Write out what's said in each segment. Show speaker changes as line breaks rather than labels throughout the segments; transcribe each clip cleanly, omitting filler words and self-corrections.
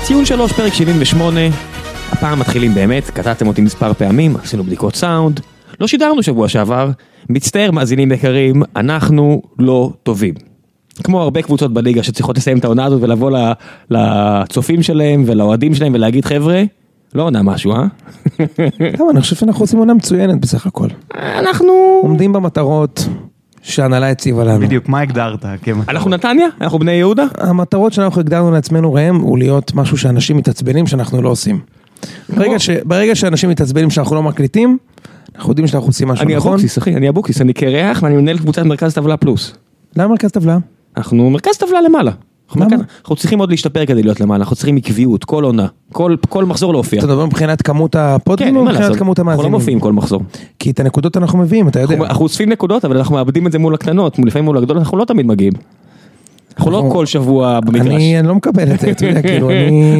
ציון 3, פרק 78, הפעם מתחילים באמת, קטעתם אותי מספר פעמים, עשינו בדיקות סאונד, לא שידרנו שבוע שעבר, מצטער מאזינים יקרים, אנחנו לא טובים. כמו הרבה קבוצות בליגה שצריכות לסיים את העונה הזאת ולבוא לצופים שלהם ולאוהדים שלהם ולהגיד חבר'ה, לא עונה משהו, אה?
אני חושב שאנחנו עושים עונה מצוינת בסך הכל.
אנחנו
עומדים במטרות שהנהלה הציבה לנו.
בדיוק, מה הגדרת?
אנחנו נתניה? אנחנו בני יהודה?
המטרות שאנחנו הגדרנו לעצמנו ראם, הוא להיות משהו שאנשים מתעצבנים שאנחנו לא עושים. ברגע שאנשים מתעצבנים שאנחנו לא מקליטים, אנחנו יודעים שאנחנו עושים משהו נכון.
אני אבוקסיס, אחי, אני אבוקסיס, אני קרח ואני מנהל קבוצת מרכז טבלה פלוס.
למה מרכז טבלה?
אנחנו מרכז טבלה למעלה. אנחנו צריכים עוד להשתפר כדי להיות למעלה, אנחנו צריכים עקביות, כל עונה, כל מחזור להופיע.
אתה מדבר מבחינת כמות הפודקאסטים או מבחינת כמות המאזינים?
אנחנו לא מופיעים כל מחזור.
כי את הנקודות אנחנו מביאים, אתה יודע.
אנחנו אוספים נקודות, אבל אנחנו מאבדים את זה מול הקטנות, לפעמים מול הגדולות, אנחנו לא תמיד מגיעים. אנחנו לא כל שבוע במגרש.
אני לא מקבל את זה, אתה יודע, כאילו,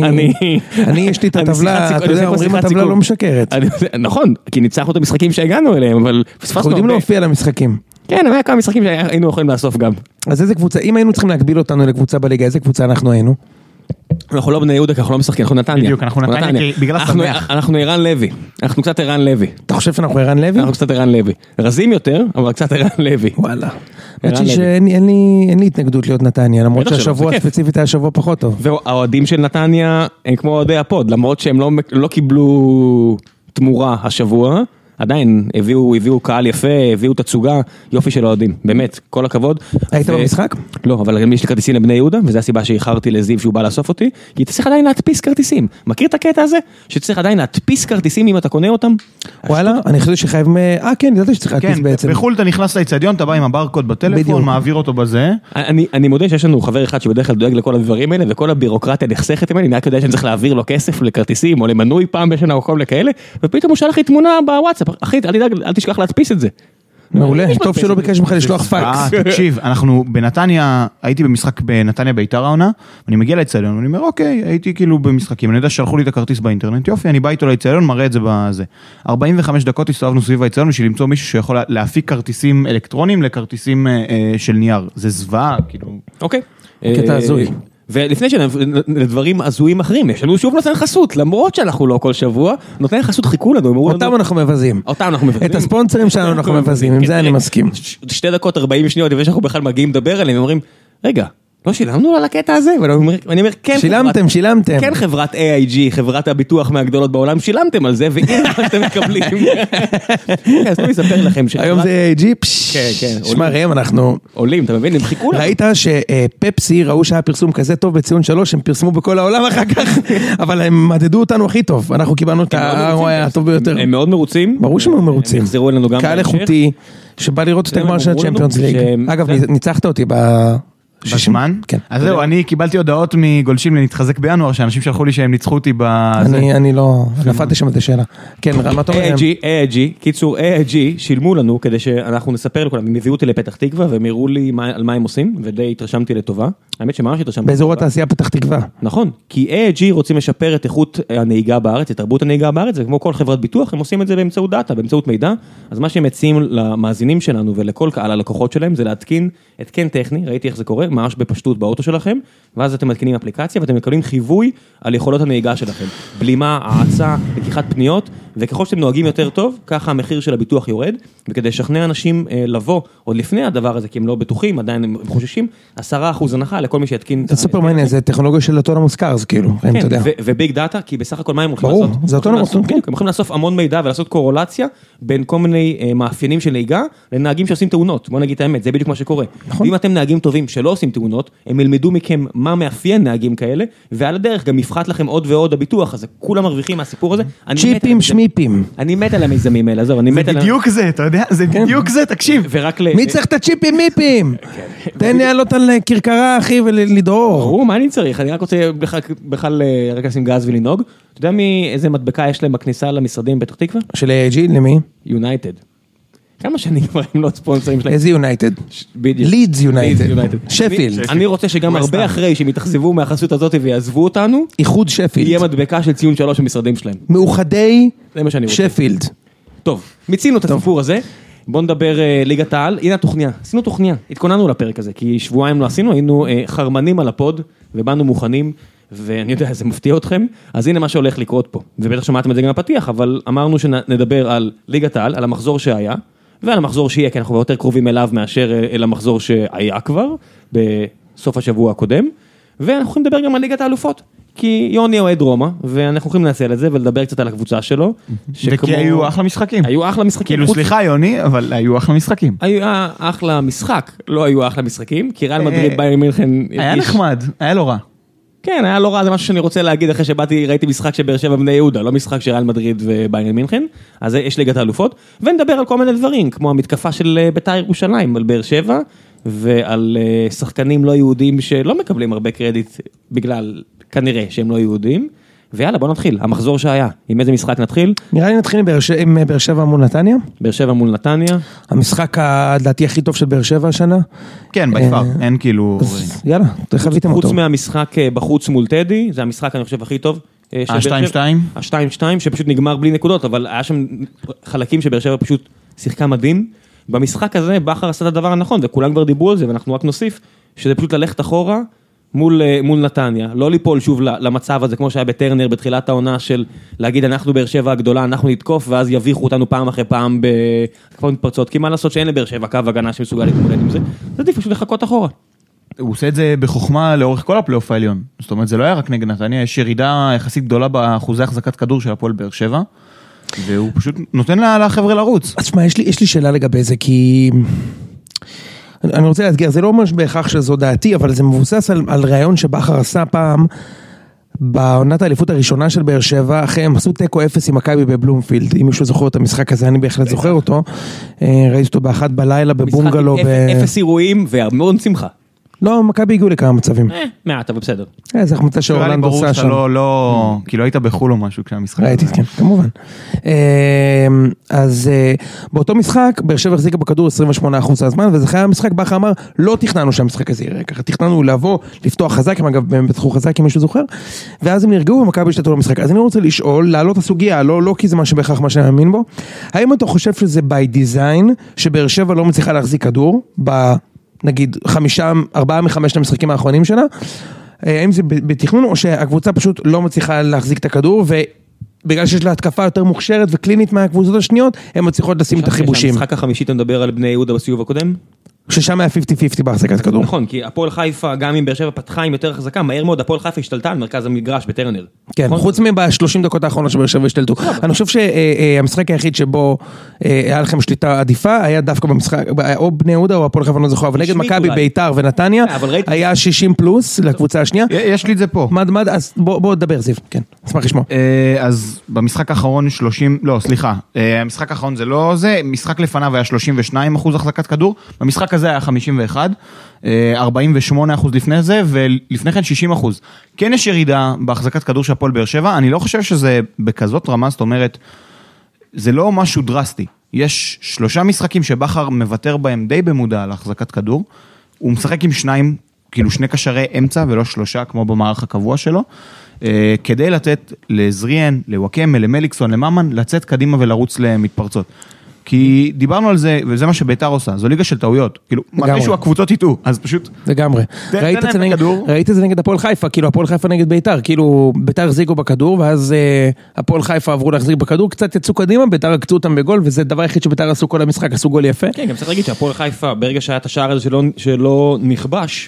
אני יש לי את הטבלה, אתה יודע, אומרים הטבלה לא משקרת.
נכון, כי ניצחנו את המשחקים שהגענו אליהם, אבל פספסנו.
אנחנו יודעים להופיע למשחקים.
כן, היה כמה משחקים שהיינו יכולים לאסוף גם.
אז איזה קבוצה, אם היינו צריכים להגביל אותנו לקבוצה בליגה, איזה קבוצה אנחנו היינו?
אנחנו לא בני יהודה, כי אנחנו לא משחקים, אנחנו נתניה.
בדיוק, אנחנו נתניה, בגלל השמח.
אנחנו ערן לוי, אנחנו קצת ערן לוי.
אתה חושב שאנחנו ערן לוי?
אנחנו קצת ערן לוי. רזים יותר, אבל קצת ערן לוי.
וואלה. האמת שאין לי התנגדות להיות נתניה, למרות שהשבוע הספציפית היה שבוע פחות טוב.
והאוהדים של נתניה הם כמו אוהדי הפוד, למרות שהם לא קיבלו תמורה השבוע, עדיין הביאו קהל יפה, הביאו תצוגה, יופי של אוהדים, באמת, כל הכבוד.
היית במשחק?
לא, אבל יש לי כרטיסים לבני יהודה, וזו הסיבה שאיחרתי לזיו שהוא בא לאסוף אותי, כי אתה צריך עדיין להדפיס כרטיסים. מכיר את הקטע הזה? שצריך עדיין להדפיס כרטיסים אם אתה קונה אותם?
וואלה, אני חושב שחייב כן, ידעתי שצריך להדפיס בעצם.
בחול אתה נכנס לאצטדיון, אתה בא עם הברקוד בטלפון, מעביר אותו בזה.
אני מודה שיש לנו חבר אחד שבדרך כלל דואג לכל הדברים האלה, וכל הבירוקרטיה נחסכת ממני, אני רק יודע שאני צריך להעביר לו כסף לכרטיסים, או למנוי פעם בשנה או כל לכאלה, ופתאום הוא שלח לי תמונה בוואטסאפ. אחי, אל תשכח להדפיס את זה.
מעולה, טוב שלא ביקש ממך לשלוח פקס.
תקשיב, אנחנו בנתניה, הייתי במשחק בנתניה ביתר העונה, ואני מגיע לאצטדיון, ואני אומר, אוקיי, הייתי כאילו במשחקים, אני יודע שלחו לי את הכרטיס באינטרנט, יופי, אני בא איתו לאצטדיון, מראה את זה בזה. 45 דקות הסתובבנו סביב האצטדיון, בשביל למצוא מישהו שיכול להפיק כרטיסים אלקטרוניים לכרטיסים של נייר. זה זוועה, כאילו.
אוקיי.
קטע הזוי.
ולפני שלדברים הזויים אחרים, יש לנו שוב נותן חסות, למרות שאנחנו לא כל שבוע, נותן חסות חיכו לנו.
אותם אנחנו מבזים. את הספונסרים שלנו אנחנו מבזים, עם זה אני מסכים.
2 דקות 40 שניות, לפני שאנחנו בכלל מגיעים לדבר עליהם, אומרים, רגע, לא שילמנו על הקטע הזה? ואני אומר, כן.
שילמתם.
כן חברת AIG, חברת הביטוח מהגדולות בעולם, שילמתם על זה, והנה מה שאתם מקבלים. אז לא אספר לכם.
היום זה AIG,
כן.
שמע ראם, אנחנו
עולים, אתה מבין? הם חיכו לנו.
ראית שפפסי ראו שהיה פרסום כזה טוב בציון 3, הם פרסמו בכל העולם אחר כך, אבל הם מדדו אותנו הכי טוב, אנחנו קיבלנו את ה-ROI הטוב ביותר.
הם מאוד מרוצים.
ברור שהם מרוצים.
הם יחזרו אלינו גם
קהל איכותי, שבא לראות את הגמר של הצ'מפיונס ליג. אגב, ניצחת אותי
בזמן?
כן.
אז זהו, אני קיבלתי הודעות מגולשים להתחזק בינואר, שאנשים שלחו לי שהם ניצחו אותי בזה.
אני לא, נפלתי שם את השאלה. כן, מה אתה אומר?
AIG, קיצור, AIG שילמו לנו כדי שאנחנו נספר לכולם, הם הביאו אותי לפתח תקווה, והם הראו לי על מה הם עושים, ודי התרשמתי לטובה. האמת שממש התרשמתי.
באזור התעשייה פתח תקווה.
נכון, כי AIG רוצים לשפר את איכות הנהיגה בארץ, את תרבות הנהיגה בארץ, וכמו כל חברת ביטוח, הם עושים את זה באמצעות דאטה, באמצעות מידע. אז מה שהם מציעים למאזינים שלנו ולכל קהל הלקוחות שלהם, זה להתקין התקן טכני, ראיתי איך זה קורה, ממש בפשטות באוטו שלכם, ואז אתם מתקינים אפליקציה ואתם מקבלים חיווי על יכולות הנהיגה שלכם. בלימה, העצה, לקיחת פניות, וככל שאתם נוהגים יותר טוב, ככה המחיר של הביטוח יורד, וכדי לשכנע אנשים לבוא עוד לפני הדבר הזה, כי הם לא בטוחים, עדיין הם חוששים, 10% הנחה לכל מי שיתקין.
זה סופר מעניין, זה טכנולוגיה של אוטון המושכר, אז כאילו, אם אתה יודע.
וביג דאטה, כי בסך הכל מה הם הולכים לעשות?
ברור, זה אוטון המושכר, כן.
הם הולכים לאסוף המון מידע ולעשות קורולציה בין כל מיני מאפיינים של נהיגה לנהגים שעושים תאונות. בוא נגיד את האמת, זה בדיוק מה שקורה. ואם אתם נהגים טובים שלא עושים תאונות, הם ילמדו מכם מה מאפיין נהגים כאלה, ועל הדרך גם יפחת לכם עוד ועוד הביטוח, אז כולם מרוויחים מהסיפור הזה.
צ'יפים שמיפים.
אני מת על המיזמים האלה, עזוב, אני מת על...
זה בדיוק זה, אתה יודע? זה בדיוק זה, תקשיב.
מי צריך את הצ'יפים מיפים? תן לי לעלות על כרכרה, אחי, ולדרור.
ברור, מה אני צריך? אני רק רוצה בכלל רק לשים גז ולנהוג. אתה יודע איזה מדבקה יש להם בכניסה למשרדים בפתח תקווה?
של AIG, למי?
יונייטד. כמה שנים כבר הם לא ספונסרים שלהם?
איזה יונייטד? לידס יונייטד. שפילד.
אני רוצה שגם הרבה אחרי שהם יתאכזבו מהחסות הזאת ויעזבו אותנו,
איחוד שפילד.
יהיה מדבקה של ציון 3 במשרדים שלהם.
מאוחדי
שפילד. טוב, מיצינו את הסיפור הזה. בוא נדבר ליגת העל. הנה התוכניה. עשינו תוכניה. התכוננו לפרק הזה, כי שבועיים לא עשינו, היינו חרמנים על הפוד, ובאנו מוכנים, ואני יודע, זה מפתיע אתכם, אז הנה מה שהולך לקרות פה. ובטח שמעתם את זה גם בפתיח, אבל אמרנו שנדבר על ליגת העל, על המחזור שהיה, ועל המחזור שיהיה, כי אנחנו יותר קרובים אליו מאשר אל המחזור שהיה כבר, בסוף השבוע הקודם, ואנחנו יכולים לדבר גם על ליגת האלופות, כי יוני אוהד רומא, ואנחנו יכולים לנצל את זה, ולדבר קצת על הקבוצה שלו.
וכי היו אחלה משחקים.
היו אחלה משחקים.
כאילו סליחה יוני, אבל היו אחלה משחקים.
היו אחלה משחק, לא היו אחלה משחקים, כי ריאל מדריד ביירן מינכן...
היה נחמד, היה לא רע.
כן, היה לא רע, זה משהו שאני רוצה להגיד אחרי שבאתי, ראיתי משחק של באר שבע בני יהודה, לא משחק של ריאל מדריד וביירן מינכן, אז יש ליגת האלופות, ונדבר על כל מיני דברים, כמו המתקפה של בית"ר ירושלים, על באר שבע, ועל שחקנים לא יהודים שלא מקבלים הרבה קרדיט, בגלל כנראה שהם לא יהודים, ויאללה בוא נתחיל, המחזור שהיה, עם איזה משחק נתחיל?
נראה לי נתחיל עם באר שבע מול נתניה.
באר שבע מול נתניה.
המשחק הדעתי הכי טוב של באר שבע השנה.
כן, ביפר, אין כאילו...
יאללה, חוויתם אותו.
חוץ מהמשחק בחוץ מול טדי, זה המשחק אני חושב הכי טוב.
ה-2-2?
ה-2-2 שפשוט נגמר בלי נקודות, אבל היה שם חלקים שבאר שבע פשוט שיחקה מדהים. במשחק הזה בכר עשה את הדבר הנכון, וכולם כבר דיברו על זה, ואנחנו רק נוסיף, שזה פשוט ללכת אחורה מול נתניה, לא ליפול שוב למצב הזה, כמו שהיה בטרנר בתחילת העונה של להגיד אנחנו באר שבע הגדולה, אנחנו נתקוף, ואז יביכו אותנו פעם אחרי פעם כבר מתפרצות, כי מה לעשות שאין לבאר שבע קו הגנה שמסוגל להתמודד עם זה, זה עדיף פשוט לחכות אחורה.
הוא עושה את זה בחוכמה לאורך כל הפלייאוף העליון, זאת אומרת זה לא היה רק נגד נתניה, יש ירידה יחסית גדולה באחוזי החזקת כדור של הפועל באר שבע, והוא פשוט נותן לחבר'ה לרוץ.
אז שמה, יש לי שאלה לגבי זה, כי... אני רוצה להסגר, זה לא אומר בהכרח שזו דעתי, אבל זה מבוסס על רעיון שבכר עשה פעם, בעונת האליפות הראשונה של באר שבע, אחרי הם עשו תיקו 0 עם מכבי בבלומפילד, אם מישהו זוכר את המשחק הזה, אני בהחלט זוכר אותו, ראיתי אותו באחת בלילה בבונגלו.
משחק עם 0 אירועים והמון שמחה.
לא, מכבי הגיעו לכמה מצבים.
מעט, אבל בסדר.
זה החמצה שאורלנדו עושה שם.
כי לא היית בחול או משהו כשהמשחק.
ראיתי, כן, כמובן. אז באותו משחק, באר שבע החזיקה בכדור 28% הזמן, וזה היה המשחק, בכר אמר, לא תכננו שהמשחק הזה יראה ככה, תכננו לבוא, לפתוח חזק, הם אגב פתחו חזק, אם מישהו זוכר, ואז הם נרגעו ומכבי השתתפו במשחק. אז אני רוצה לשאול, להעלות הסוגיה, לא כי זה מה שבהכרח מה שאני מאמין בו, האם אתה חושב שזה by design, שבאר שבע לא מצליחה להחזיק כדור, נגיד 4 מ-5 המשחקים האחרונים שלה, האם זה בתכנון או שהקבוצה פשוט לא מצליחה להחזיק את הכדור, ובגלל שיש לה התקפה יותר מוכשרת וקלינית מהקבוצות השניות, הן מצליחות לשים את החיבושים.
המשחק החמישי אתה מדבר על בני יהודה בסיבוב הקודם?
ששם היה 50-50 בהחזקת כדור.
נכון, כי הפועל חיפה, גם אם באר שבע פתחה עם יותר חזקה, מהר מאוד הפועל חיפה השתלטה על מרכז המגרש בטרנר.
כן, חוץ מב-30 דקות האחרונות שבאר שבע השתלטו. אני חושב שהמשחק היחיד שבו היה לכם שליטה עדיפה, היה דווקא במשחק, או בני יהודה או הפועל חיפה, אני לא זוכר, אבל נגד מכבי, ביתר ונתניה, היה 60 פלוס לקבוצה השנייה.
יש לי את זה פה.
אז בוא נדבר זיו, כן, אשמח לשמוע.
אז במשחק האחרון 30, לא, סליחה, המשחק האחרון זה לא זה, משחק לפניו היה 32% החזקת כדור, במשחק הזה היה 51, 48% לפני זה, ולפני כן 60%. כן יש ירידה בהחזקת כדור של הפועל באר שבע, אני לא חושב שזה בכזאת רמה, זאת אומרת, זה לא משהו דרסטי. יש 3 משחקים שבכר מוותר בהם די במודע על החזקת כדור, הוא משחק עם 2, כאילו 2 קשרי אמצע ולא 3, כמו במערך הקבוע שלו, כדי לתת לזריאן, לוואקמה, למליקסון, למאמן, לצאת קדימה ולרוץ למתפרצות. כי דיברנו על זה, וזה מה שביתר עושה, זו ליגה של טעויות, כאילו, מתישהו הקבוצות איתו, אז פשוט...
לגמרי. ראית את זה נגד הפועל חיפה, כאילו, הפועל חיפה נגד ביתר, כאילו, ביתר החזיקו בכדור, ואז הפועל חיפה עברו להחזיק בכדור, קצת יצאו קדימה, ביתר הקצו אותם בגול, וזה דבר היחיד שביתר עשו כל המשחק, עשו גול יפה.
כן, גם צריך להגיד שהפועל חיפה, ברגע שהיה את השער הזה שלא נכבש,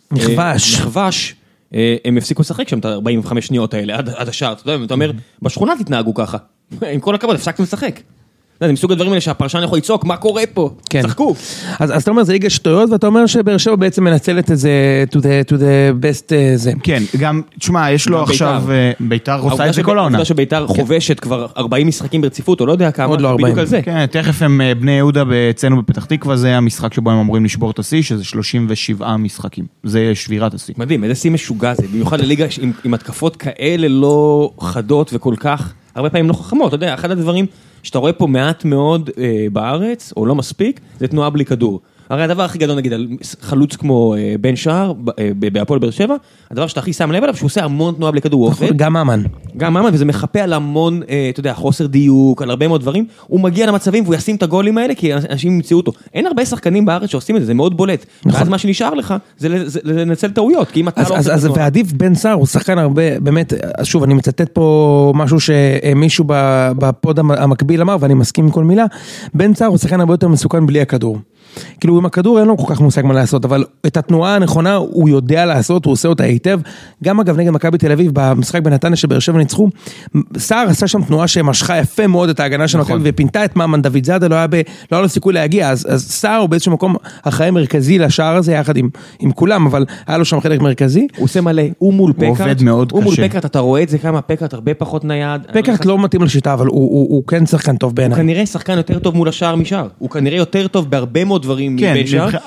הם הפסיקו לשחק שם את 45 שניות האלה, עד השער, אתה אומר, בשכונה תתנהגו ככה, עם כל הכבוד, הפסקתם לשחק. זה מסוג הדברים האלה שהפרשן יכול לצעוק, מה קורה פה? צחקו.
אז אתה אומר, זה ליגה שטויות, ואתה אומר שבאר שבע בעצם מנצלת את זה to the best זה.
כן, גם, תשמע, יש לו עכשיו, ביתר עושה את זה כל העונה.
העובדה שביתר חובשת כבר 40 משחקים ברציפות, או לא יודע כמה, בדיוק על זה.
כן, תכף הם בני יהודה אצלנו בפתח תקווה, זה המשחק שבו הם אמורים לשבור את השיא, שזה 37 משחקים. זה שבירת השיא.
מדהים, איזה שיא משוגע זה, במיוחד לליגה עם התקפות כאלה לא חדות וכל כך, הרבה פעמים לא חכמות, אתה יודע, אחד הדברים שאתה רואה פה מעט מאוד בארץ, או לא מספיק, זה תנועה בלי כדור. הרי הדבר הכי גדול נגיד על חלוץ כמו בן שער בהפועל באר שבע, הדבר שאתה הכי שם לב עליו שהוא עושה המון תנועה בלי כדור,
גם מאמן.
גם מאמן, וזה מחפה על המון, אתה יודע, חוסר דיוק, על הרבה מאוד דברים, הוא מגיע למצבים והוא ישים את הגולים האלה כי אנשים ימצאו אותו. אין הרבה שחקנים בארץ שעושים את זה, זה מאוד בולט. ואז מה שנשאר לך זה לנצל טעויות, כי אם אתה לא...
אז ועדיף בן סער הוא שחקן הרבה, באמת, שוב, אני מצטט פה משהו שמישהו בפוד המקביל אמר, ואני מסכים עם כל מילה, בן סער הוא שחקן הרבה יותר מסוכן בלי הכדור. כאילו עם הכדור אין לו כל כך מושג מה לעשות, אבל את התנועה הנכונה הוא יודע לעשות, הוא עושה אותה היטב. גם אגב נגד מכבי תל אביב, במשחק בנתניה שבאר שבע ניצחו, סער עשה שם תנועה שמשכה יפה מאוד את ההגנה של מכבי, ופינתה את מאמן דוד זאדה, לא היה לו סיכוי להגיע, אז סער הוא באיזשהו מקום אחראי מרכזי לשער הזה, יחד עם כולם, אבל היה לו שם חלק מרכזי.
הוא עושה מלא, הוא מול פקארט,
עובד מאוד קשה.
הוא מול פקארט, אתה רואה את זה כמה פקארט הרבה פחות נייד.
פקארט לא מתאים לשיטה, אבל הוא כן שחקן טוב בעיניי.
הוא כנראה שחקן יותר טוב מול השער משער. הוא כנראה יותר טוב בהרבה מאוד דברים
כן,
מבן שער.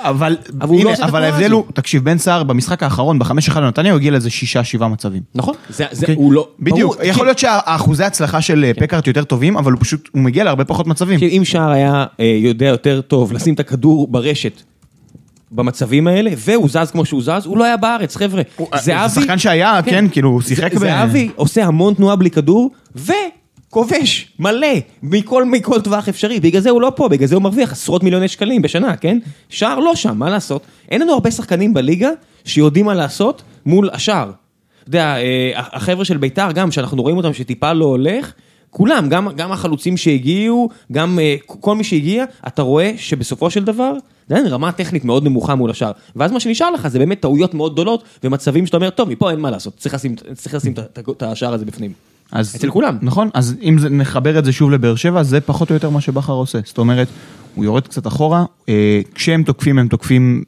אבל ההבדל הוא, תקשיב, בן סער במשחק האחרון, ב5-1 לנתניה, הוא הגיע לזה 6-7 מצבים.
נכון, הוא לא...
בדיוק, יכול להיות שהאחוזי הצלחה של פקארט יותר טובים, אבל הוא פשוט, הוא מגיע להרבה פחות מצבים.
אם שער היה יודע יותר טוב לשים את הכדור ברשת, במצבים האלה, והוא זז כמו שהוא זז, הוא לא היה בארץ, חבר'ה.
זה שחקן שהיה, כן, כאילו, הוא שיחק
זהבי עושה המון תנועה בלי כדור, כובש, מלא, מכל טווח אפשרי, בגלל זה הוא לא פה, בגלל זה הוא מרוויח עשרות מיליוני שקלים בשנה, כן? שער לא שם, מה לעשות? אין לנו הרבה שחקנים בליגה שיודעים מה לעשות מול השער. אתה יודע, החבר'ה של ביתר גם, שאנחנו רואים אותם שטיפה לא הולך, כולם, גם החלוצים שהגיעו, גם כל מי שהגיע, אתה רואה שבסופו של דבר, זה אין רמה טכנית מאוד נמוכה מול השער, ואז מה שנשאר לך זה באמת טעויות מאוד גדולות, ומצבים שאתה אומר, טוב, מפה אין מה לעשות, צריך לשים את השער הזה בפנים. אצל כולם.
נכון, אז אם נחבר את זה שוב לבאר שבע, זה פחות או יותר מה שבחר עושה. זאת אומרת, הוא יורד קצת אחורה, כשהם תוקפים, הם תוקפים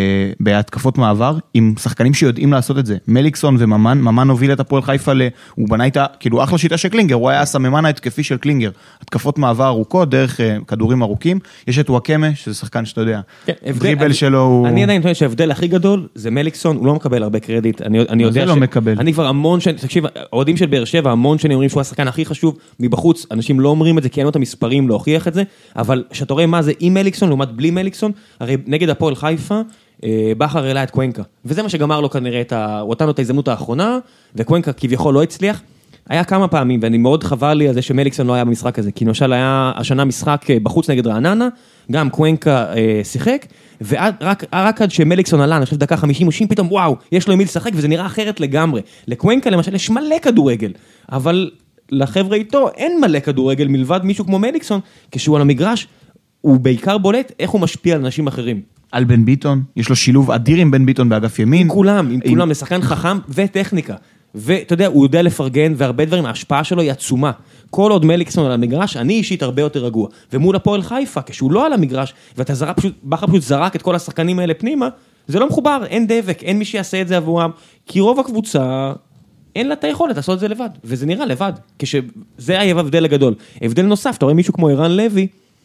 בהתקפות מעבר, עם שחקנים שיודעים לעשות את זה. מליקסון וממן, ממן הוביל את הפועל חיפה, הוא בנה איתה, כאילו אחלה שיטה של קלינגר, הוא היה הסממן ההתקפי של קלינגר. התקפות מעבר ארוכות, דרך כדורים ארוכים, יש את וואקמה, שזה שחקן שאתה יודע, דריבל שלו הוא...
אני עדיין חושב שההבדל הכי גדול, זה מליקסון, הוא לא מקבל הרבה קרדיט, אני יודע
לא מקבל.
אני כבר המון שנים, תקשיב, האוהדים של באר שבע, המון שנים אומרים שהוא השחקן הכי חשוב, מבחוץ, אנשים לא אומרים את זה, כי אין לו את המספרים להוכיח את זה, אבל שאתה רואה מה זה עם מליקסון, לעומת בלי מליקסון, הרי נגד הפועל חיפה, בכר העלה את קוונקה, וזה מה שגמר לו כנראה, הוא נתן לו את ההזדמנות האחרונה, וקוונקה כביכול לא הצליח, היה כמה פעמים, ואני מאוד חבל לי על זה שמליקסון לא היה במשחק הזה, כי למשל היה השנה משחק בחוץ נגד רעננה, גם קוונקה שיחק, ורק עד שמליקסון עלה, אני חושב דקה 50-60, פתאום וואו, יש לו עם מי לשחק, וזה נראה אחרת לגמרי. לקוונקה למשל יש מלא כדורגל, אבל לחבר'ה איתו אין מלא כדורגל מלבד מישהו כמו מליקסון, כשהוא על המגרש, הוא בעיקר בולט איך הוא משפיע על אנשים אחרים.
על בן ביטון, יש לו שילוב אדיר עם בן ביטון באגף ימין.
עם כולם, לשחקן חכם וטכניקה. ואתה יודע, הוא יודע לפרגן, והרבה דברים, ההשפעה שלו היא עצומה. כל עוד מליקסון על המגרש, אני אישית הרבה יותר רגוע. ומול הפועל חיפה, כשהוא לא על המגרש, ואתה בכר פשוט זרק את כל השחקנים האלה פנימה, זה לא מחובר, אין דבק, אין מי שיעשה את זה עבורם, כי רוב הקבוצה, אין לה את היכולת לעשות את זה לבד, וזה נראה לבד, כשזה היה ההבדל הגדול. הבדל נוסף, אתה רואה מישהו כמו ערן לוי,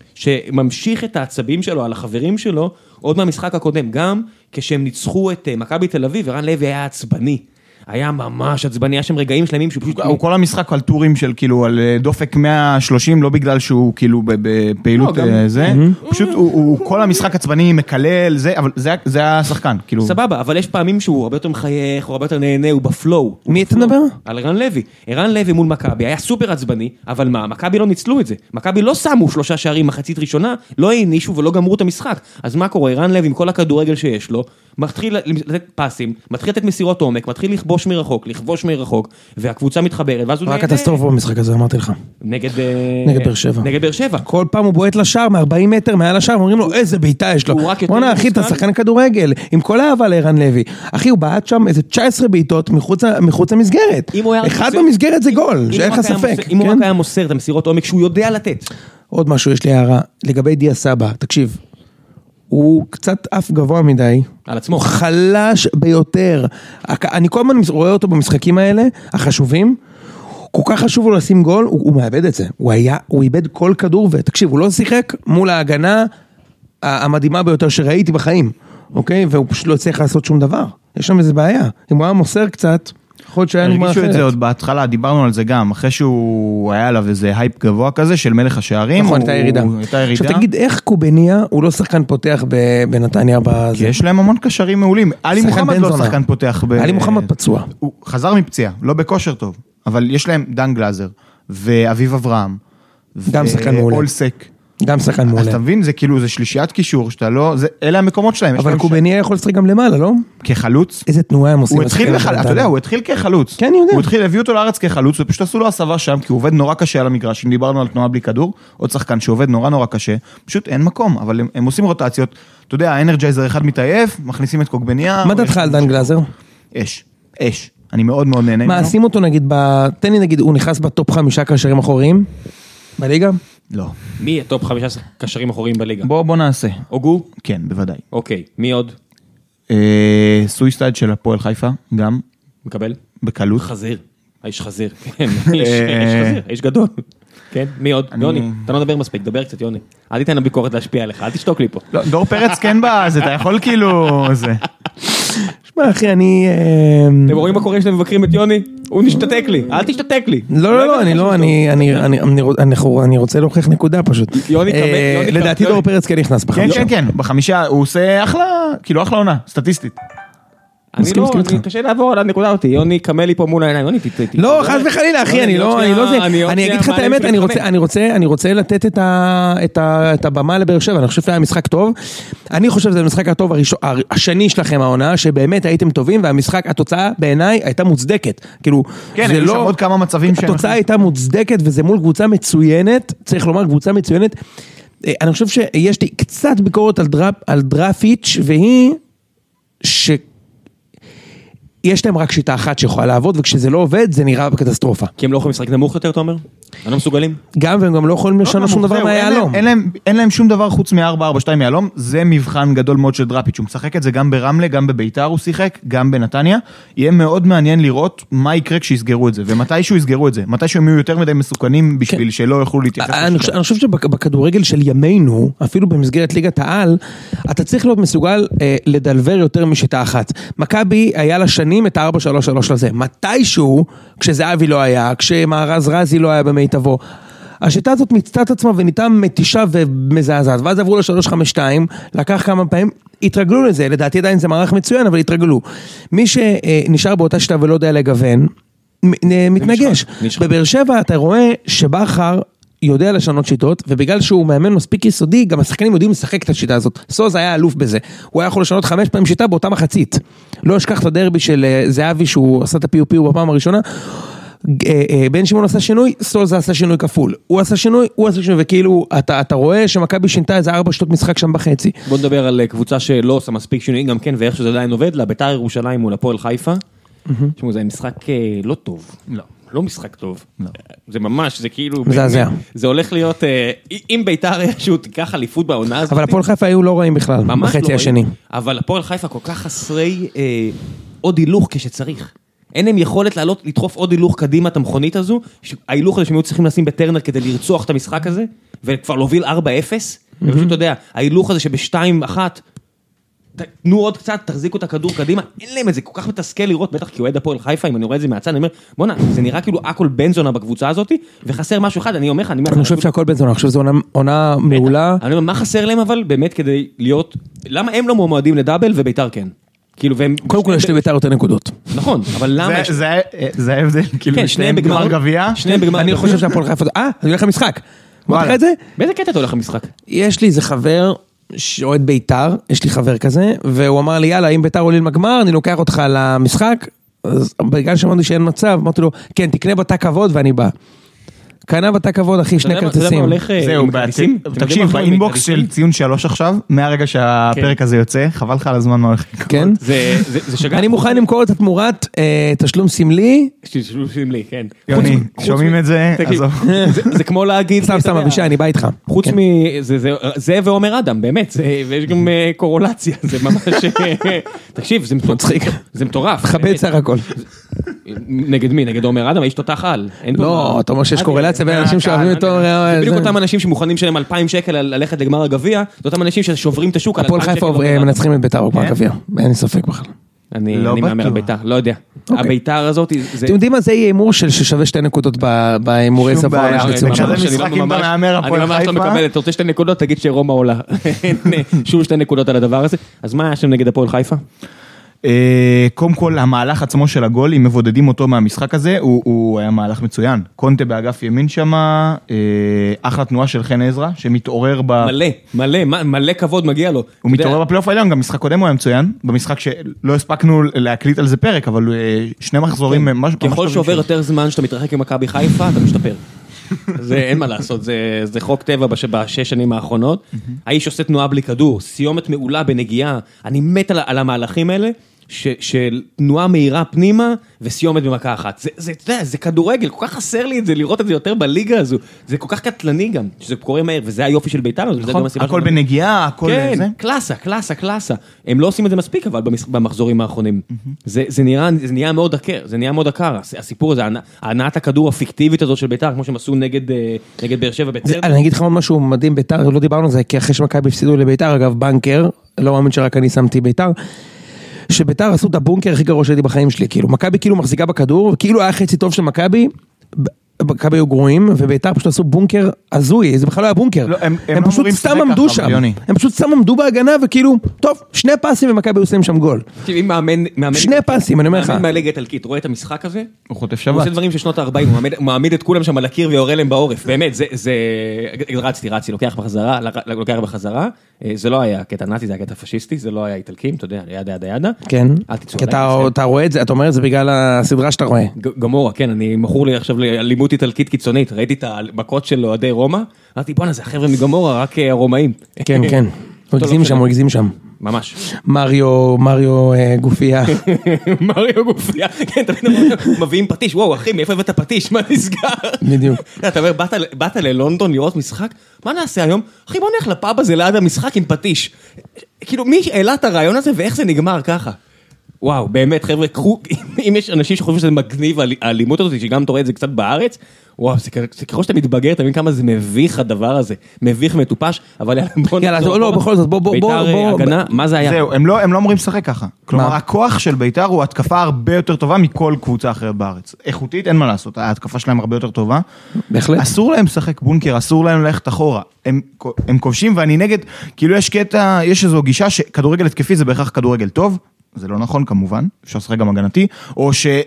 שממשיך את העצבים שלו על החברים שלו, עוד מהמשחק הקודם, גם כשהם ניצחו את מכבי תל אביב, ערן לוי היה עצבני. היה ממש עצבני, היה שם רגעים שלמים שהוא פשוט...
הוא כל המשחק על טורים של כאילו, על דופק 130, לא בגלל שהוא כאילו בפעילות זה, פשוט הוא כל המשחק עצבני מקלל, זה, אבל זה השחקן, כאילו...
סבבה, אבל יש פעמים שהוא הרבה יותר מחייך, הוא הרבה יותר נהנה, הוא בפלואו.
מי אתה מדבר?
על ערן לוי. ערן לוי מול מכבי, היה סופר עצבני, אבל מה, מכבי לא ניצלו את זה. מכבי לא שמו 3 שערים מחצית ראשונה, לא הענישו ולא גמרו את המשחק. אז מה קורה? ערן לוי עם כל הכדורגל שיש לו, מתחיל לתת פסים, מתחיל לתת מסירות עומק, מתחיל לכבוש מרחוק, והקבוצה מתחברת, ואז הוא
רק קטסטרופה במשחק הזה, אמרתי לך.
נגד באר שבע.
כל פעם הוא בועט לשער, מ-40 מטר מעל השער, אומרים לו, איזה בעיטה יש לו. בוא'נה, אחי, אתה שחקן כדורגל, עם כל האהבה לערן לוי. אחי, הוא בעט שם איזה 19 בעיטות מחוץ למסגרת. אחד במסגרת זה גול, שאין לך ספק.
אם הוא רק היה מוסר את המסירות עומק שהוא יודע לתת.
עוד משהו, יש לי הערה, לגבי דיה סבא, תקשיב. הוא קצת אף גבוה מדי.
על עצמו.
הוא חלש ביותר. אני כל הזמן רואה אותו במשחקים האלה, החשובים. כל כך חשוב לו לשים גול, הוא מאבד את זה. הוא איבד כל כדור, ותקשיב, הוא לא שיחק מול ההגנה המדהימה ביותר שראיתי בחיים. אוקיי? והוא פשוט לא צריך לעשות שום דבר. יש שם איזה בעיה. אם הוא היה מוסר קצת... יכול להיות שהיה נגמר
הרגישו את זה עוד בהתחלה, דיברנו על זה גם, אחרי שהוא היה עליו איזה הייפ גבוה כזה של מלך השערים.
נכון, הייתה ירידה. עכשיו תגיד, איך קובניה הוא לא שחקן פותח בנתניה בזה?
כי יש להם המון קשרים מעולים. עלי מוחמד לא שחקן פותח.
עלי מוחמד פצוע.
הוא חזר מפציעה, לא בכושר טוב, אבל יש להם דן גלאזר, ואביב אברהם,
גם שחקן מעולה.
ואולסק.
גם שחקן מעולה.
אז אתה מבין, זה כאילו, זה שלישיית קישור, שאתה לא, אלה המקומות שלהם.
אבל קובניה יכול לשחק גם למעלה, לא?
כחלוץ.
איזה תנועה הם עושים.
הוא התחיל, אתה יודע, הוא התחיל כחלוץ.
כן, אני יודע.
הוא התחיל, הביאו אותו לארץ כחלוץ, ופשוט עשו לו הסבה שם, כי הוא עובד נורא קשה על המגרש. אם דיברנו על תנועה בלי כדור, עוד שחקן שעובד נורא קשה, פשוט אין מקום, אבל הם עושים רוטציות. אתה יודע, האנרג'ייזר אחד מתעייף, מכניסים את קוגבניה.
מה דעתך על דן גלאזר?
אש. אני מאוד נהנה.
מה, שים אותו נגיד, תן לי נגיד, הוא נכנס בטופ 5 קשרים אחוריים? בליגה?
לא.
מי הטופ 5 קשרים אחוריים בליגה?
בוא נעשה.
אוגו?
כן, בוודאי.
אוקיי, מי עוד?
סויסטייד של הפועל חיפה, גם.
מקבל?
בקלות.
חזיר. האיש חזיר. כן, האיש חזיר, האיש גדול. כן, מי עוד? יוני, אתה לא מדבר מספיק, דבר קצת יוני. אל תיתן לביקורת להשפיע עליך, אל תשתוק לי פה.
לא, דור פרץ כן בא, אתה יכול כאילו, זה.
שמע אחי, אני...
אתם רואים מה קורה שאתם מבקרים את יוני? הוא נשתתק לי, אל תשתתק לי.
לא, אני רוצה להוכיח נקודה פשוט. לדעתי דור פרץ כן נכנס בחמישה.
כן, בחמישה, הוא עושה אחלה, כאילו אחלה עונה, סטטיסטית.
אני קשה לעבור על הנקודה אותי, יוני קמל לי פה מול העיניים, יוני תתתי.
לא, חס וחלילה אחי, אני לא זה, אני אגיד לך את האמת, אני רוצה לתת את הבמה לבאר שבע, אני חושב שזה היה משחק טוב, אני חושב שזה המשחק הטוב השני שלכם העונה, שבאמת הייתם טובים, והמשחק, התוצאה בעיניי הייתה מוצדקת, כאילו,
כן, יש עוד כמה מצבים
התוצאה הייתה מוצדקת, וזה מול קבוצה מצוינת, צריך לומר קבוצה מצוינת, אני חושב שיש לי קצת ביקורת על דראפיץ' והיא יש להם רק שיטה אחת שיכולה לעבוד, וכשזה לא עובד, זה נראה בקטסטרופה.
כי הם לא יכולים לשחק נמוך יותר, אתה אומר? הם לא מסוגלים?
גם, והם גם לא יכולים לשנות שום דבר מהיהלום.
אין להם שום דבר חוץ מ-4-4-2 מהיהלום, זה מבחן גדול מאוד של דראפיץ', הוא משחק את זה גם ברמלה, גם בביתר הוא שיחק, גם בנתניה, יהיה מאוד מעניין לראות מה יקרה כשיסגרו את זה, ומתישהו יסגרו את זה, מתישהו הם יהיו יותר מדי מסוכנים בשביל שלא יוכלו להתייחס.
אני חושב שבכדורגל של ימינו, אפילו במסגרת ליגת העל, אתה צריך להיות מסוגל לדלבר יותר משיטה אחת. מכבי היה לה שנים את ה-4-3-3 לזה. מתישהו, כשזהבי לא היה, כשמארז רזי לא היה במיטבו, השיטה הזאת מצטעת עצמה וניתה מתישה ומזעזעת, ואז עברו ל-3-5-2, לקח כמה פעמים, התרגלו לזה, לדעתי עדיין זה מערך מצוין, אבל התרגלו. מי שנשאר באותה שיטה ולא יודע לגוון, מתנגש. בבאר שבע אתה רואה שבחר יודע לשנות שיטות, ובגלל שהוא מאמן מספיק יסודי, גם השחקנים יודעים לשחק את השיטה הזאת. סוז היה אלוף בזה. הוא היה יכול לשנות 5 פעמים שיטה באותה מחצית. לא אשכח את הדרבי של זהבי, שהוא עשה את הפיו בפעם הראשונה. בן שמעון עשה שינוי, סוז עשה שינוי כפול. הוא עשה שינוי, וכאילו, אתה רואה שמכבי שינתה איזה 4 שעות משחק שם בחצי.
בוא נדבר על קבוצה שלא עושה מספיק שינויים, גם כן, ואיך שזה עדיין עובד לה, בית"ר ירושלים מול הפועל חיפה. זה משחק לא טוב. לא משחק טוב, זה ממש, זה כאילו, זה הולך להיות, אם בית"ר איזשהו תיקח אליפות בעונה הזאת,
אבל הפועל חיפה היו לא רואים בכלל, בחצי השני.
אבל הפועל חיפה כל כך חסרי עוד הילוך כשצריך, אין להם יכולת לעלות, לדחוף עוד הילוך קדימה את המכונית הזו, ההילוך הזה שהם היו צריכים לשים בטרנר כדי לרצוח את המשחק הזה, וכבר להוביל 4-0, ופשוט אתה יודע, ההילוך הזה שב-2-1, תנו עוד קצת, תחזיקו את הכדור קדימה, אין להם את זה, כל כך מתסכל לראות, בטח כי אוהד הפועל חיפה, אם אני רואה את זה מהצד, אני אומר, בוא'נה, זה נראה כאילו הכל בן זונה בקבוצה הזאת, וחסר משהו אחד, אני אומר לך,
אני חושב שהכל בן זונה, אני חושב שזו עונה מעולה.
אני אומר, מה חסר להם אבל, באמת כדי להיות, למה הם לא מועמדים לדאבל וביתר כן? כאילו, והם...
קודם כל יש לביתר יותר נקודות.
נכון, אבל למה...
זה ההבדל, כאילו, שניהם בגמר גביע.
אני חושב שהפועל חיפה, אני הולך למשחק. אמרת לך את זה?
באיזה קטע אתה הולך למשחק?
יש לי איזה חבר שאוהד ביתר, יש לי חבר כזה, והוא אמר לי, יאללה, אם ביתר עולים לגמר, אני לוקח אותך למשחק, אז בגלל שאמרתי שאין מצב, אמרתי לו, כן, תקנה בתא כבוד ואני בא. קנה בתא כבוד, אחי, 2 כרטיסים.
זהו, תקשיב, באינבוקס של ציון 3 עכשיו, מהרגע שהפרק הזה יוצא, חבל לך על הזמן מה הולך לקרות.
כן? אני מוכן למכור את התמורת תשלום סמלי.
תשלום סמלי, כן.
יוני, שומעים את זה?
זה כמו להגיד...
סתם, אבישי, אני בא איתך.
חוץ זה ועומר אדם, באמת, ויש גם קורולציה, זה ממש... תקשיב, זה מטורף.
חבד סך הכל.
נגד מי? נגד עומר אדם? האיש תותח על.
לא, אתה אומר שיש קורלציה בין אנשים שאוהבים אותו.
בדיוק אותם אנשים שמוכנים שלהם 2,000 שקל ללכת לגמר הגביע, זה אותם אנשים ששוברים את השוק.
הפועל חיפה מנצחים את בית"ר בגמר הגביע, אין לי ספק בכלל.
אני מאמר על ביתר, לא יודע. הביתר הזאת,
אתם יודעים מה זה יהיה אימור ששווה 2 נקודות באימורי ספר.
אני
ממש לא מקבל, אתה רוצה 2 נקודות, תגיד שרומא עולה. שוב 2 נקודות על הדבר הזה. אז מה היה שם נגד הפועל חיפה?
קודם כל, המהלך עצמו של הגול, אם מבודדים אותו מהמשחק הזה, הוא היה מהלך מצוין. קונטה באגף ימין שמה, אחלה תנועה של חן עזרא, שמתעורר
מלא כבוד מגיע לו.
הוא מתעורר בפלייאוף העליון, גם משחק קודם הוא היה מצוין, במשחק שלא הספקנו להקליט על זה פרק, אבל 2 מחזורים ממש...
ככל שעובר יותר זמן שאתה מתרחק עם מכבי חיפה, אתה משתפר. זה אין מה לעשות, זה חוק טבע בשש שנים האחרונות. האיש עושה תנועה בלי כדור, סיומת מעולה בנגיעה, אני מת על המהלכים האלה, של תנועה מהירה פנימה וסיומת במכה אחת. זה כדורגל, כל כך חסר לי את זה, לראות את זה יותר בליגה הזו. זה כל כך קטלני גם, שזה קורה מהר, וזה היופי של ביתר.
נכון, הכל בנגיעה, הכל זה.
כן, קלאסה. הם לא עושים את זה מספיק, אבל במחזורים האחרונים. זה נהיה מאוד עקר, זה נהיה מאוד עקר. הסיפור הזה, הנעת הכדור הפיקטיבית הזאת של ביתר, כמו שהם עשו נגד באר שבע בצדק.
אני אגיד לך משהו מדהים, ביתר, לא דיברנו על זה, כי אחרי שמכבי הפסידו לביתר, אגב, בנקר, לא מאמין שרק אני שמתי ביתר, שביתר עשו את הבונקר הכי גרוע שהייתי בחיים שלי, כאילו, מכבי כאילו מחזיקה בכדור, כאילו היה חצי טוב של מכבי היו גרועים, וביתר פשוט עשו בונקר הזוי, זה בכלל לא היה בונקר, הם פשוט סתם עמדו שם, הם פשוט סתם עמדו בהגנה, וכאילו, טוב, 2 פסים ומכבי עושים שם גול. 2 פסים, אני אומר לך.
מאמן מהליגה האיטלקית, רואה את המשחק הזה?
הוא חוטף שבת.
הוא עושה דברים של שנות ה-40, הוא מעמיד את כולם שם על הקיר ויורה להם בעורף, באמת, רצתי, לוקח בחזרה, זה לא היה קטע נאצי, זה היה קטע פשיסטי, זה לא היה איטלקים, אתה יודע, ידה.
כן, כי אתה רואה את זה, אתה אומר את זה בגלל הסדרה שאתה רואה.
גמורה, כן, אני מכור לי עכשיו לאלימות איטלקית קיצונית, ראיתי את המכות של אוהדי רומא, אמרתי, בוא'נה, זה החבר'ה מגמורה, רק הרומאים.
כן, הוא הגזים שם.
ממש.
מריו גופיה.
מריו גופיה, כן, תמיד מביאים פטיש, וואו, אחי, מאיפה הבאת פטיש, מה נסגר?
בדיוק.
אתה אומר, באת ללונדון לראות משחק, מה נעשה היום? אחי, בוא נלך לפאב הזה ליד המשחק עם פטיש. כאילו, מי העלה את הרעיון הזה ואיך זה נגמר ככה? וואו, באמת, חבר'ה, אם יש אנשים שחושבים שזה מגניב האלימות הזאת, שגם אתה רואה את זה קצת בארץ, וואו, זה ככל שאתה מתבגר, אתה מבין כמה זה מביך הדבר הזה, מביך מטופש, אבל
יאללה, לא, בכל זאת, בוא,
ביתר הגנה, מה זה היה?
זהו, הם לא אמורים לשחק ככה. כלומר, הכוח של ביתר הוא התקפה הרבה יותר טובה מכל קבוצה אחרת בארץ. איכותית, אין מה לעשות, ההתקפה שלהם הרבה יותר טובה.
בהחלט.
אסור להם לשחק בונקר, אסור להם ללכת אחורה. הם כובשים, ואני נגד, כאילו יש קטע, יש איזו גישה שכדורגל התקפי זה בהכרח כדורגל טוב, זה לא נכון כמובן, אפשר לשחק גם הגנתי, או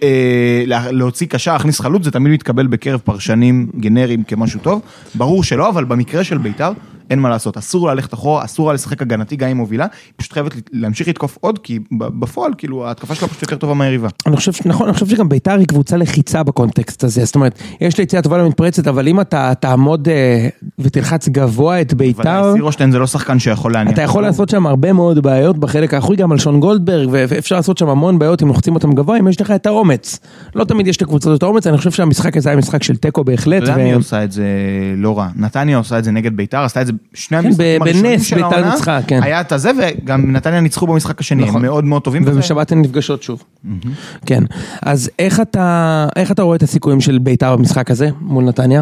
שלהוציא קשה, להכניס חלוץ, זה תמיד מתקבל בקרב פרשנים גנריים כמשהו טוב, ברור שלא, אבל במקרה של ביתר, אין מה לעשות, אסור ללכת אחורה, אסור לשחק הגנתי גם עם מובילה, היא פשוט חייבת להמשיך לתקוף עוד, כי בפועל, כאילו, ההתקפה שלה פשוט יותר טובה מהיריבה.
אני חושב שגם ביתר היא קבוצה לחיצה בקונטקסט הזה, זאת אומרת, יש לי יציאה טובה למתפרצת, אבל אם אתה תעמוד ותלחץ גבוה את ביתר,
סירושטיין זה לא שחקן שיכול להניח.
אתה יכול לעשות שם הרבה מאוד בעיות בחלק האחורי, גם על שון גולדברג, ואפשר לעשות שם המון בעיות אם לוחצים אותם גבוה, אם יש לך את האומץ. לא תמיד יש לקבוצות את האומץ, אני חושב שהמשחק הזה היה משחק של טקו בהחלט.
ולמי עושה את זה לא רע. נתניה עושה את זה נגד ביתר, עשתה את זה שני המשחקים
הראשונים של העונה,
היה את הזה, וגם נתניה ניצחו במשחק השני, הם מאוד מאוד טובים.
ובשבת הן נפגשות שוב. כן. אז איך אתה רואה את הסיכויים של ביתר במשחק הזה, מול נתניה?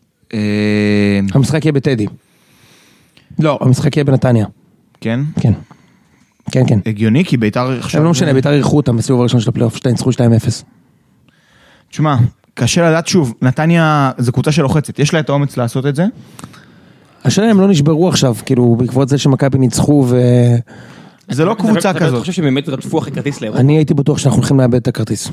המשחק יהיה בטדי. לא, המשחק יהיה בנתניה.
כן?
כן. כן, כן.
הגיוני, כי ביתר עכשיו...
לא משנה, ביתר אירחו אותם בסיבוב הראשון של הפלייאוף, ניצחו 2-0.
תשמע, קשה לדעת שוב, נתניה זו קבוצה שלוחצת, יש לה את האומץ לעשות את זה?
השאלה הם לא נשברו עכשיו, כאילו, בעקבות זה שמכבי ניצחו
זה לא קבוצה כזאת.
אתה חושב שבאמת רדפו אחרי כרטיס לאירופה?
אני הייתי בטוח שאנחנו הולכים לאבד את הכרטיס.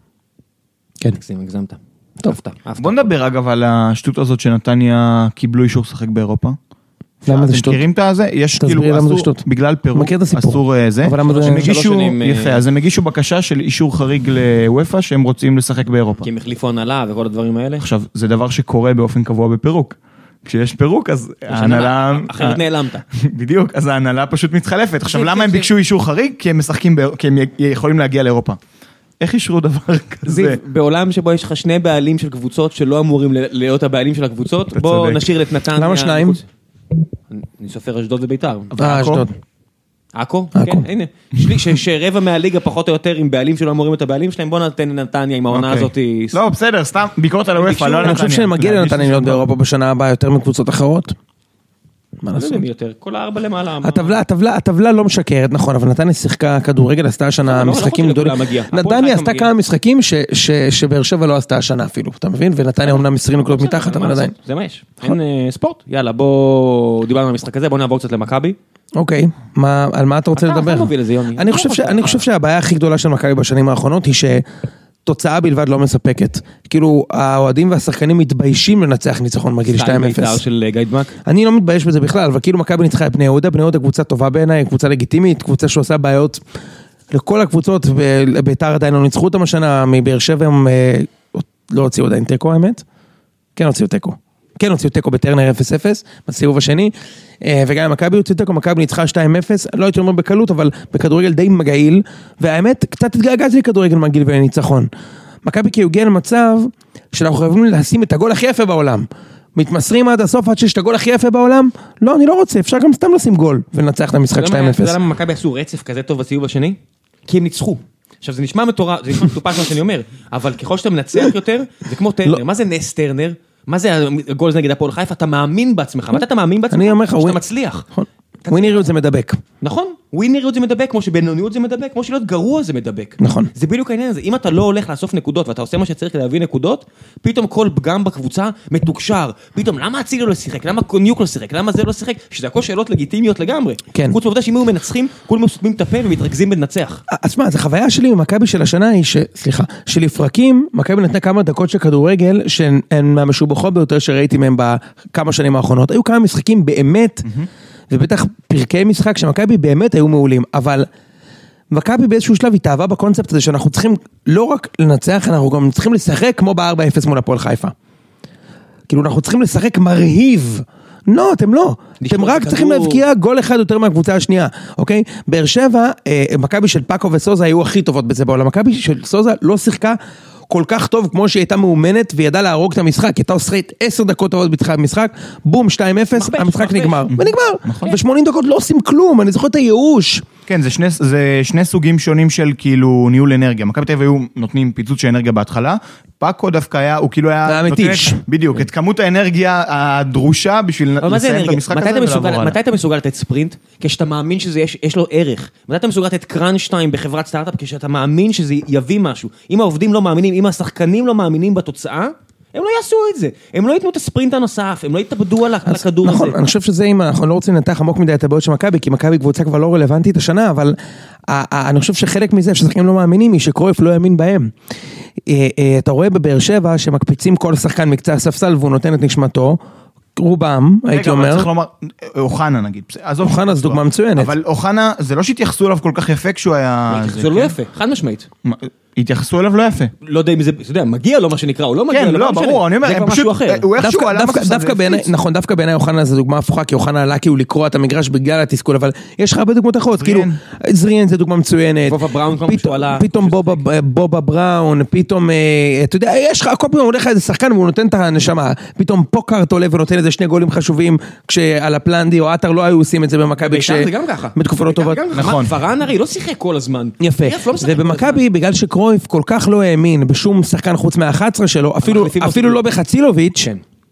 כן.
הגזמת.
טוב.
בוא נדבר אגב על השטות הזאת שנתניה קיבלו אישור לשחק באירופה.
למה זה שטות?
אתם מכירים את זה? יש כאילו אסור, בגלל פירוק, אסור זה. יפה, אז הם הגישו בקשה של אישור חריג לוופא שהם רוצים לשחק באירופה.
כי הם החליפו הנהלה וכל הדברים האלה.
עכשיו, זה דבר שקורה באופן קבוע בפירוק. כשיש פירוק, אז ההנהלה...
אחרת נעלמת.
בדיוק, אז ההנהלה פשוט מתחלפת. עכשיו, למה הם ביקשו אישור חריג? כי הם משחקים, כי הם יכולים להגיע לאירופה. איך אישרו דבר כזה?
בעולם שבו יש לך שני בעלים של קבוצות שלא אמורים להיות הבעלים של הקבוצות, בוא נשאיר את נתניה...
למה שניים?
אני סופר אשדוד וביתר.
אשדוד.
עכו? כן, הנה. שרבע מהליגה פחות או יותר עם בעלים שלא אמורים את הבעלים שלהם, בוא נתן לנתניה עם העונה הזאת.
לא, בסדר, סתם ביקורת על הוופא, לא על נתניה.
אני חושב שמגיע לנתניה להיות באירופה בשנה הבאה יותר מקבוצות אחרות. מה לעשות?
יותר, כל 4 למעלה.
הטבלה לא משקרת, נכון, אבל נתניה שיחקה כדורגל, עשתה השנה משחקים גדולים. נתניה עשתה כמה משחקים שבאר שבע לא עשתה השנה אפילו, אתה מבין? ונתניה אומנם 20 נקודות מתחת, אבל עדיין.
זה מה יש, אין ספורט. יאללה, בוא, דיברנו על המשחק הזה, בוא נעבור קצת למכבי.
אוקיי, על מה אתה רוצה לדבר?
אתה מוביל לזה, יוני.
אני חושב שהבעיה הכי גדולה של מכבי בשנים האחרונות היא תוצאה בלבד לא מספקת. כאילו, האוהדים והשחקנים מתביישים לנצח ניצחון מגיל 2-0.
בית"ר של גיידמק.
אני לא מתבייש בזה בכלל, אבל כאילו מכבי ניצחה את בני יהודה, בני יהודה קבוצה טובה בעיניי, קבוצה לגיטימית, קבוצה שעושה בעיות לכל הקבוצות, בית"ר עדיין לא ניצחו אותם השנה, מבאר שבע הם לא הוציאו עדיין תיקו, האמת? כן הוציאו תיקו. כן הוציאו תיקו בטרנר 0-0, בסיבוב השני, וגם עם מכבי הוציאו תיקו, מכבי ניצחה 2-0, לא הייתי אומר בקלות, אבל בכדורגל די מגעיל, והאמת, קצת התגעגעתי לכדורגל מגעיל וניצחון. מכבי כי הגיע למצב שאנחנו חייבים לשים את הגול הכי יפה בעולם. מתמסרים עד הסוף עד שיש את הגול הכי יפה בעולם? לא, אני לא רוצה, אפשר גם סתם לשים גול ולנצח את המשחק 2-0.
אתה יודע למה מכבי עשו רצף כזה טוב בסיבוב השני? כי הם ניצחו. עכשיו זה נשמע מטורף, זה נשמע מטופש מה שאני אומר, אבל ככל שאתה מנצח יותר, זה כמו טרנר. מה זה נס טרנר? מה זה הגול נגד הפועל חיפה? אתה מאמין בעצמך. מתי אתה מאמין בעצמך?
אני אומר לך,
שאתה מצליח.
ווינריות זה מדבק.
נכון, ווינריות זה מדבק, כמו שבינוניות זה מדבק, כמו שלהיות גרוע זה מדבק.
נכון.
זה בדיוק העניין הזה, אם אתה לא הולך לאסוף נקודות, ואתה עושה מה שצריך להביא נקודות, פתאום כל פגם בקבוצה מתוקשר, פתאום למה אצילי לא שיחק, למה קוניוק לא שיחק, למה זה לא שיחק, שזה הכל שאלות לגיטימיות לגמרי.
כן.
חוץ מעובדה שאם היו מנצחים, כולם סותמים את הפה ומתרכזים בלנצח.
אז מה, זו חוויה שלי ממכבי של השנה היא שלפרקים, מכבי נתנה כמה דקות של כדורגל, שהן מהמשובחות ביותר שראיתי מהם בכמה שנים האחרונות. היו כמה משחקים באמת, ובטח פרקי משחק שמכבי באמת היו מעולים, אבל מכבי באיזשהו שלב התאהבה בקונספט הזה שאנחנו צריכים לא רק לנצח, אנחנו גם צריכים לשחק כמו ב-4-0 מול הפועל חיפה. כאילו אנחנו צריכים לשחק מרהיב. לא, אתם לא. אתם רק צריכים להבקיע גול אחד יותר מהקבוצה השנייה, אוקיי? באר שבע, מכבי של פאקו וסוזה היו הכי טובות בזה בעולם. מכבי של סוזה לא שיחקה כל כך טוב כמו שהיא הייתה מאומנת וידעה להרוג את המשחק, הייתה עושה 10 דקות טובות בתחילת המשחק, בום 2-0, המשחק נגמר, ונגמר, ו80 דקות לא עושים כלום, אני זוכר את הייאוש.
כן, זה שני סוגים שונים של כאילו ניהול אנרגיה, מכבי תל אביב היו נותנים פיצוץ של אנרגיה בהתחלה, פאקו דווקא היה, הוא כאילו היה
מתיש.
בדיוק, את כמות האנרגיה הדרושה בשביל לסיים את המשחק הזה.
מתי אתה מסוגל לתת ספרינט? כשאתה מאמין שיש לו ערך. מתי אתה מסוגל לתת קראנץ' 2 בחברת סטארט-אפ כשאתה מאמין שזה יביא משהו. אם העובדים לא מאמינים, אם השחקנים לא מאמינים בתוצאה, הם לא יעשו את זה. הם לא ייתנו את הספרינט הנוסף, הם לא יתאבדו על הכדור הזה.
נכון, אני חושב שזה אם אנחנו לא רוצים לנתח עמוק מדי את הבעיות של מכבי, כי מכבי קבוצה כבר לא רלוונטית השנה, אבל אני חושב שחלק מזה ששחקנים לא מאמינים היא שקרויף לא יאמין בהם. אתה רואה בבאר שבע שמקפיצים כל שחקן מקצה הספסל והוא נותן את נשמתו, רובם, הייתי אומר.
רגע, אבל צריך לומר, אוחנה נגיד.
אוחנה זו דוגמה מצוינת.
אבל אוחנה, זה לא שהתייחסו אליו כל כך יפה כשהוא היה...
זה לא יפה, חד משמעית.
התייחסו אליו לא יפה.
לא יודע אם זה, אתה יודע, מגיע לו מה שנקרא, או לא מגיע לו,
כן, לא, ברור, אני אומר,
זה כבר משהו אחר.
הוא איכשהו עלה
דווקא בעיניי, נכון, דווקא בעיניי אוחנה זו דוגמה הפוכה, כי אוחנה עלה כאילו לקרוא את המגרש בגלל התסכול, אבל יש לך הרבה דוגמאות אחרות, כאילו, זריאן זה דוגמה מצוינת.
בובה בראון כמו שהוא עלה.
פתאום בובה בראון, פתאום, אתה יודע, יש לך, כל פעם הולך איזה שחקן והוא נותן את הנשמה, פתאום פוקארט עולה ונותן איזה 2 גולים חשובים, כשעל הפלנדי או אתר לא היו עושים את זה במכבי,
זה גם ככה.
בתקופות לא טובות.
נכון.
ורן הרי לא שיחק כל הזמן.
יפה. ובמכבי, בגלל שקרויף כל כך לא האמין בשום שחקן חוץ מה-11 שלו, אפילו לא בחצילוביץ',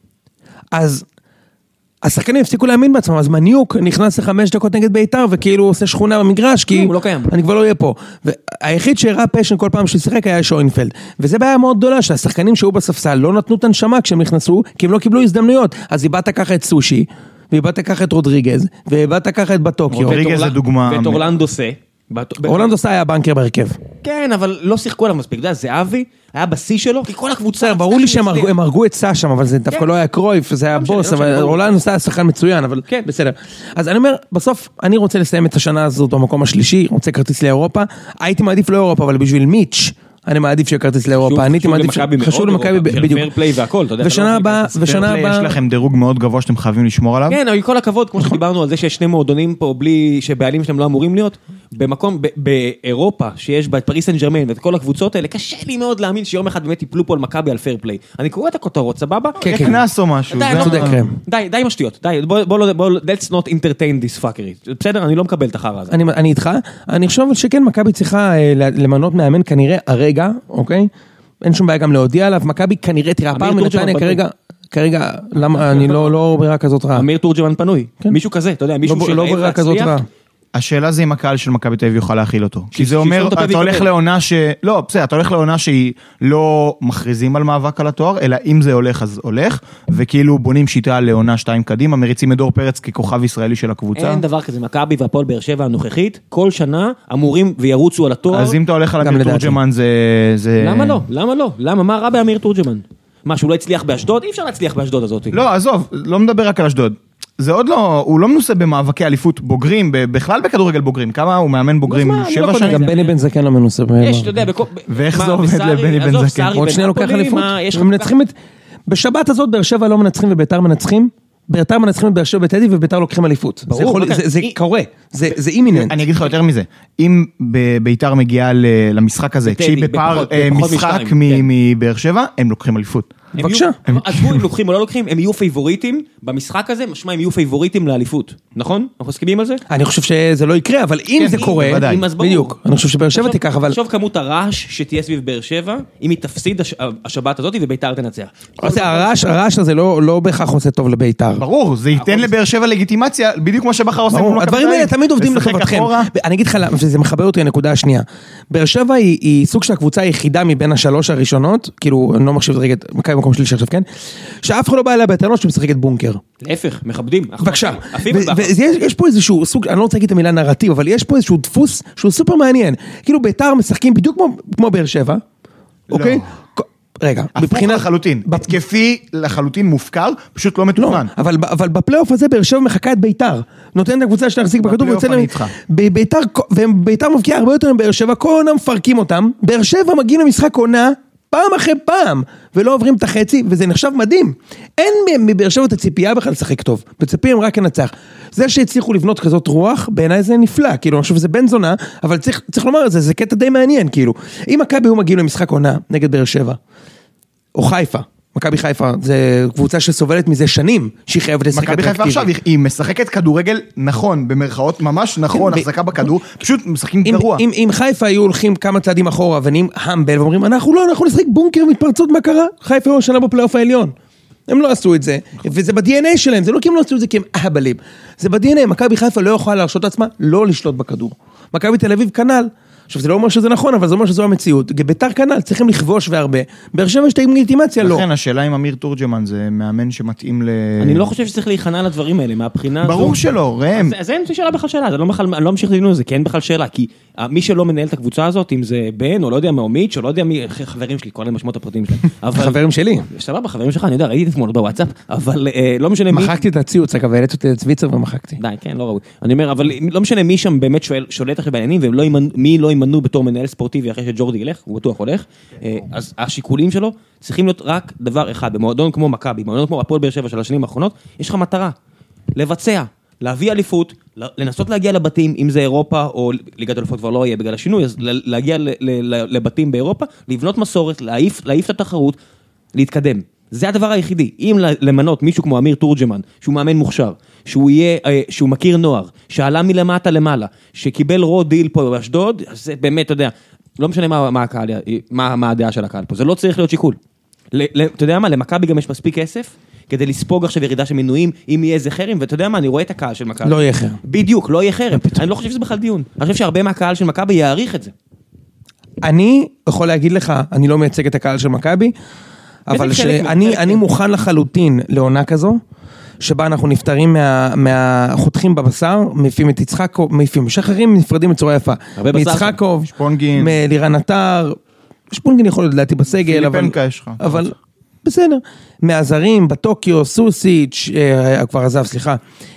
אז השחקנים הפסיקו להאמין בעצמם, אז מניוק נכנס ל5 דקות נגד בית"ר, וכאילו עושה שכונה במגרש, כי אני כבר לא אהיה פה. והיחיד שהראה פשן כל פעם ששיחק היה שוינפלד, וזה בעיה מאוד גדולה, שהשחקנים שהיו בספסל לא נתנו את הנשמה כשהם נכנסו, כי הם לא קיבלו הזדמנויות, אז איבדת ככה את סושי, ואיבדת ככה את רודריגז, ואיבדת ככה את בטוקיו.
רודריגז זה דוגמה.
ואת אורלנדו סה.
אורלנדו סה היה בנקר בהרכב.
כן, אבל לא שיחקו עליו מספיק. אתה יודע, זהבי היה בשיא שלו, כי כל הקבוצה...
ברור לי שהם הרגו את סה שם, אבל זה דווקא לא היה קרויף, זה היה בוס, אבל אורלנדו סה היה שחקן מצוין, אבל בסדר. אז אני אומר, בסוף, אני רוצה לסיים את השנה הזאת במקום השלישי, רוצה כרטיס לאירופה, הייתי מעדיף לא אירופה, אבל בשביל מיץ' אני מעדיף שכרטיס לאירופה, אני הייתי מעדיף חשוב למכבי בדיוק. ושנה הבאה,
יש לכם דירוג מאוד גבוה שאתם חייבים לשמור עליו?
כן, אבל כל הכבוד, כמו שדיברנו על זה שיש 2 מועדונים פה בלי שבעלים שלהם לא אמורים להיות, במקום, באירופה, שיש בה את פריס סן ז'רמן ואת כל הקבוצות האלה, קשה לי מאוד להאמין שיום אחד באמת יפלו פה על מכבי על פייר פליי. אני קורא את הכותרות, סבבה?
כן, כן.
כנס או משהו.
די עם השטויות, די, בוא, let's not entertain this fuckery. בסדר, אני לא מקבל את החרא הזה.
אני איתך, אני חושב שכן, מכבי צריכה למנות מאמן כנראה הרגע, אוקיי? אין שום בעיה גם להודיע עליו, מכבי כנראה, תראה, הפעם מנתניה כרגע, כרגע, למה, אני לא ברירה כזאת רעה.
אמיר תורג'מן פנוי, מישהו כזה, אתה יודע, מישהו
לא ברירה כזאת רעה.
השאלה זה אם הקהל של מכבי תל אביב יוכל להכיל אותו. כי זה אומר, אתה הולך לעונה לא, בסדר, אתה הולך לעונה שהיא לא מכריזים על מאבק על התואר, אלא אם זה הולך אז הולך, וכאילו בונים שיטה לעונה 2 קדימה, מריצים את דור פרץ ככוכב ישראלי של הקבוצה.
אין דבר כזה, מכבי והפועל באר שבע הנוכחית, כל שנה אמורים וירוצו על התואר.
אז אם אתה הולך על אמיר תורג'מן זה...
למה לא? למה לא? למה? מה רע באמיר תורג'מן? מה, שהוא לא הצליח באשדוד? אי אפשר להצליח באשדוד הזאת.
לא, עזוב, לא מדבר רק על אשדוד. זה עוד לא, הוא לא מנוסה במאבקי אליפות בוגרים, בכלל בכדורגל בוגרים, כמה הוא מאמן בוגרים? 7 שנים?
גם בני בן זקן לא מנוסה.
יש, אתה יודע,
ואיך זה עובד לבני בן זקן?
עוד שנייה לוקח אליפות. הם מנצחים את... בשבת הזאת באר שבע לא מנצחים וביתר מנצחים, ביתר מנצחים את באר שבע בטדי וביתר לוקחים אליפות. זה קורה, זה אימיננט.
אני אגיד לך יותר מזה, אם ביתר מגיעה למשחק הזה, כשהיא בפער משחק מבאר שבע, הם לוקחים אליפות.
בבקשה.
עזבו אם לוקחים או לא לוקחים, הם יהיו פייבוריטים במשחק הזה, משמע הם יהיו פייבוריטים לאליפות, נכון? אנחנו מסכימים על זה?
אני חושב שזה לא יקרה, אבל אם זה קורה, בדיוק, אני חושב שבאר שבע תיקח, אבל...
עכשיו כמות הרעש שתהיה סביב באר שבע, אם היא תפסיד השבת הזאת וביתר תנצח.
הרעש הזה לא בהכרח עושה טוב לביתר.
ברור, זה ייתן לבאר שבע לגיטימציה, בדיוק כמו שבחר עושה.
הדברים האלה תמיד עובדים לטובתכם. אני אגיד לך, זה מחבר אותי לנקודה השנייה. באר שבע היא סוג של הקבוצה היחידה מבין השלוש הראשונות, כאילו, אני לא מחשיב את רגע, מכבי מקום שלישי עכשיו, כן? שאף אחד לא בא אליה בטענות שמשחקת בונקר.
להפך, מכבדים.
בבקשה. ויש פה איזשהו סוג, אני לא רוצה להגיד את המילה נרטיב, אבל יש פה איזשהו דפוס שהוא סופר מעניין. כאילו ביתר משחקים בדיוק כמו באר שבע, אוקיי? רגע,
מבחינת לחלוטין, התקפי לחלוטין מופקר, פשוט לא מתוכנן.
אבל בפלייאוף הזה באר שבע מחכה את ביתר, נותן את הקבוצה שלה להחזיק בכדור, ביתר מבקיע הרבה יותר מבאר שבע, כל עונה מפרקים אותם, באר שבע מגיעים למשחק עונה, פעם אחרי פעם, ולא עוברים את החצי, וזה נחשב מדהים. אין מבאר שבע את הציפייה בכלל לשחק טוב, מצפים רק לנצח. זה שהצליחו לבנות כזאת רוח, בעיניי זה נפלא, כאילו, אני חושב שזה בן זונה, אבל צריך לומר את זה, זה קטע די מעניין, כאילו. אם מכבי הוא מגיעים למשחק עונה נגד באר שבע, או חיפה, מכבי חיפה, זה קבוצה שסובלת מזה שנים, שהיא חייבת לשחק אטרקטיבית.
מכבי חיפה עכשיו, היא משחקת כדורגל נכון, במרכאות, ממש נכון, החזקה בכדור, פשוט משחקים גרוע.
אם חיפה היו הולכים כמה צעדים אחורה, ונהיים המבל, ואומרים, אנחנו נשחק בונקר מתפרצות, מה קרה? חיפה היו שנה בפלייאוף העליון. הם לא עשו את זה, וזה ב-DNA שלהם, זה לא כי הם לא עשו את זה כי הם אהבלים. זה ב-DNA, מכבי חיפה לא יכולה להרשות עצמה, לא לשלוט בכדור. מכבי תל אביב כנ"ל. עכשיו זה לא אומר שזה נכון, אבל זה אומר שזו המציאות. ביתר כנ"ל, צריכים לכבוש והרבה. באר שבע יש את הלגיטימציה, לא.
לכן, השאלה אם אמיר תורג'מן זה מאמן שמתאים
אני לא חושב שצריך להיכנע לדברים האלה, מהבחינה הזו.
ברור שלא, ראם.
אז אין שאלה בכלל שאלה, אני לא ממשיך לדבר על זה, כי אין בכלל שאלה, כי מי שלא מנהל את הקבוצה הזאת, אם זה בן, או לא יודע מאומיץ', או לא יודע מי, חברים שלי, כל להם משמעות הפרטים שלהם.
חברים שלי.
סבבה, חברים שלך, אני יודע, ראיתי אתמול בוואטסאפ, אבל לא משנה מי.
מחקתי את הציוץ, אבל העליתי אותי לצוויצר ומחקתי.
די, כן, לא ראוי. אני אומר, אבל לא משנה מי שם באמת שולט עכשיו בעניינים, ומי לא ימנו בתור מנהל ספורטיבי אחרי שג'ורדי ילך, הוא בטוח הולך, אז השיקולים שלו צריכים להיות רק דבר אחד, במועדון כמו מכבי, במועדון כמו הפועל באר שבע של השנים האחרונות, יש לך מטרה, לבצע, להביא אליפות, לנסות להגיע לבתים, אם זה אירופה, או ליגת אלופות כבר לא יהיה בגלל השינוי, אז להגיע לבתים באירופה, לבנות מסורת, להעיף את התחרות, להתקדם. זה הדבר היחידי. אם למנות מישהו כמו אמיר תורג'מן, שהוא מאמן מוכשר, שהוא מכיר נוער, שעלה מלמטה למעלה, שקיבל רוד דיל פה באשדוד, זה באמת, אתה יודע, לא משנה מה הדעה של הקהל פה, זה לא צריך להיות שיקול. אתה יודע מה, למכבי גם יש מספיק כסף, כדי לספוג עכשיו ירידה של מינויים, אם יהיה איזה חרם, ואתה יודע מה, אני רואה את הקהל של מכבי.
לא יהיה חרם.
בדיוק, לא יהיה חרם. אני לא חושב שזה בכלל דיון. אני חושב שהרבה מהקהל של מכבי יעריך את זה.
אני יכול להגיד לך, אני לא מייצג את הקהל של מכבי, אבל שאני מוכן לחלוטין לעונה כזו, שבה אנחנו נפטרים מהחותכים בבשר, מעיפים את יצחקוב, משחררים נפרדים בצורה יפה. מיצחקוב, מלירן עטר, שפונגין יכול לדעתי בסגל, אבל בסדר. מהזרים, בטוקיו, סוסיץ', כבר עזב, סליחה.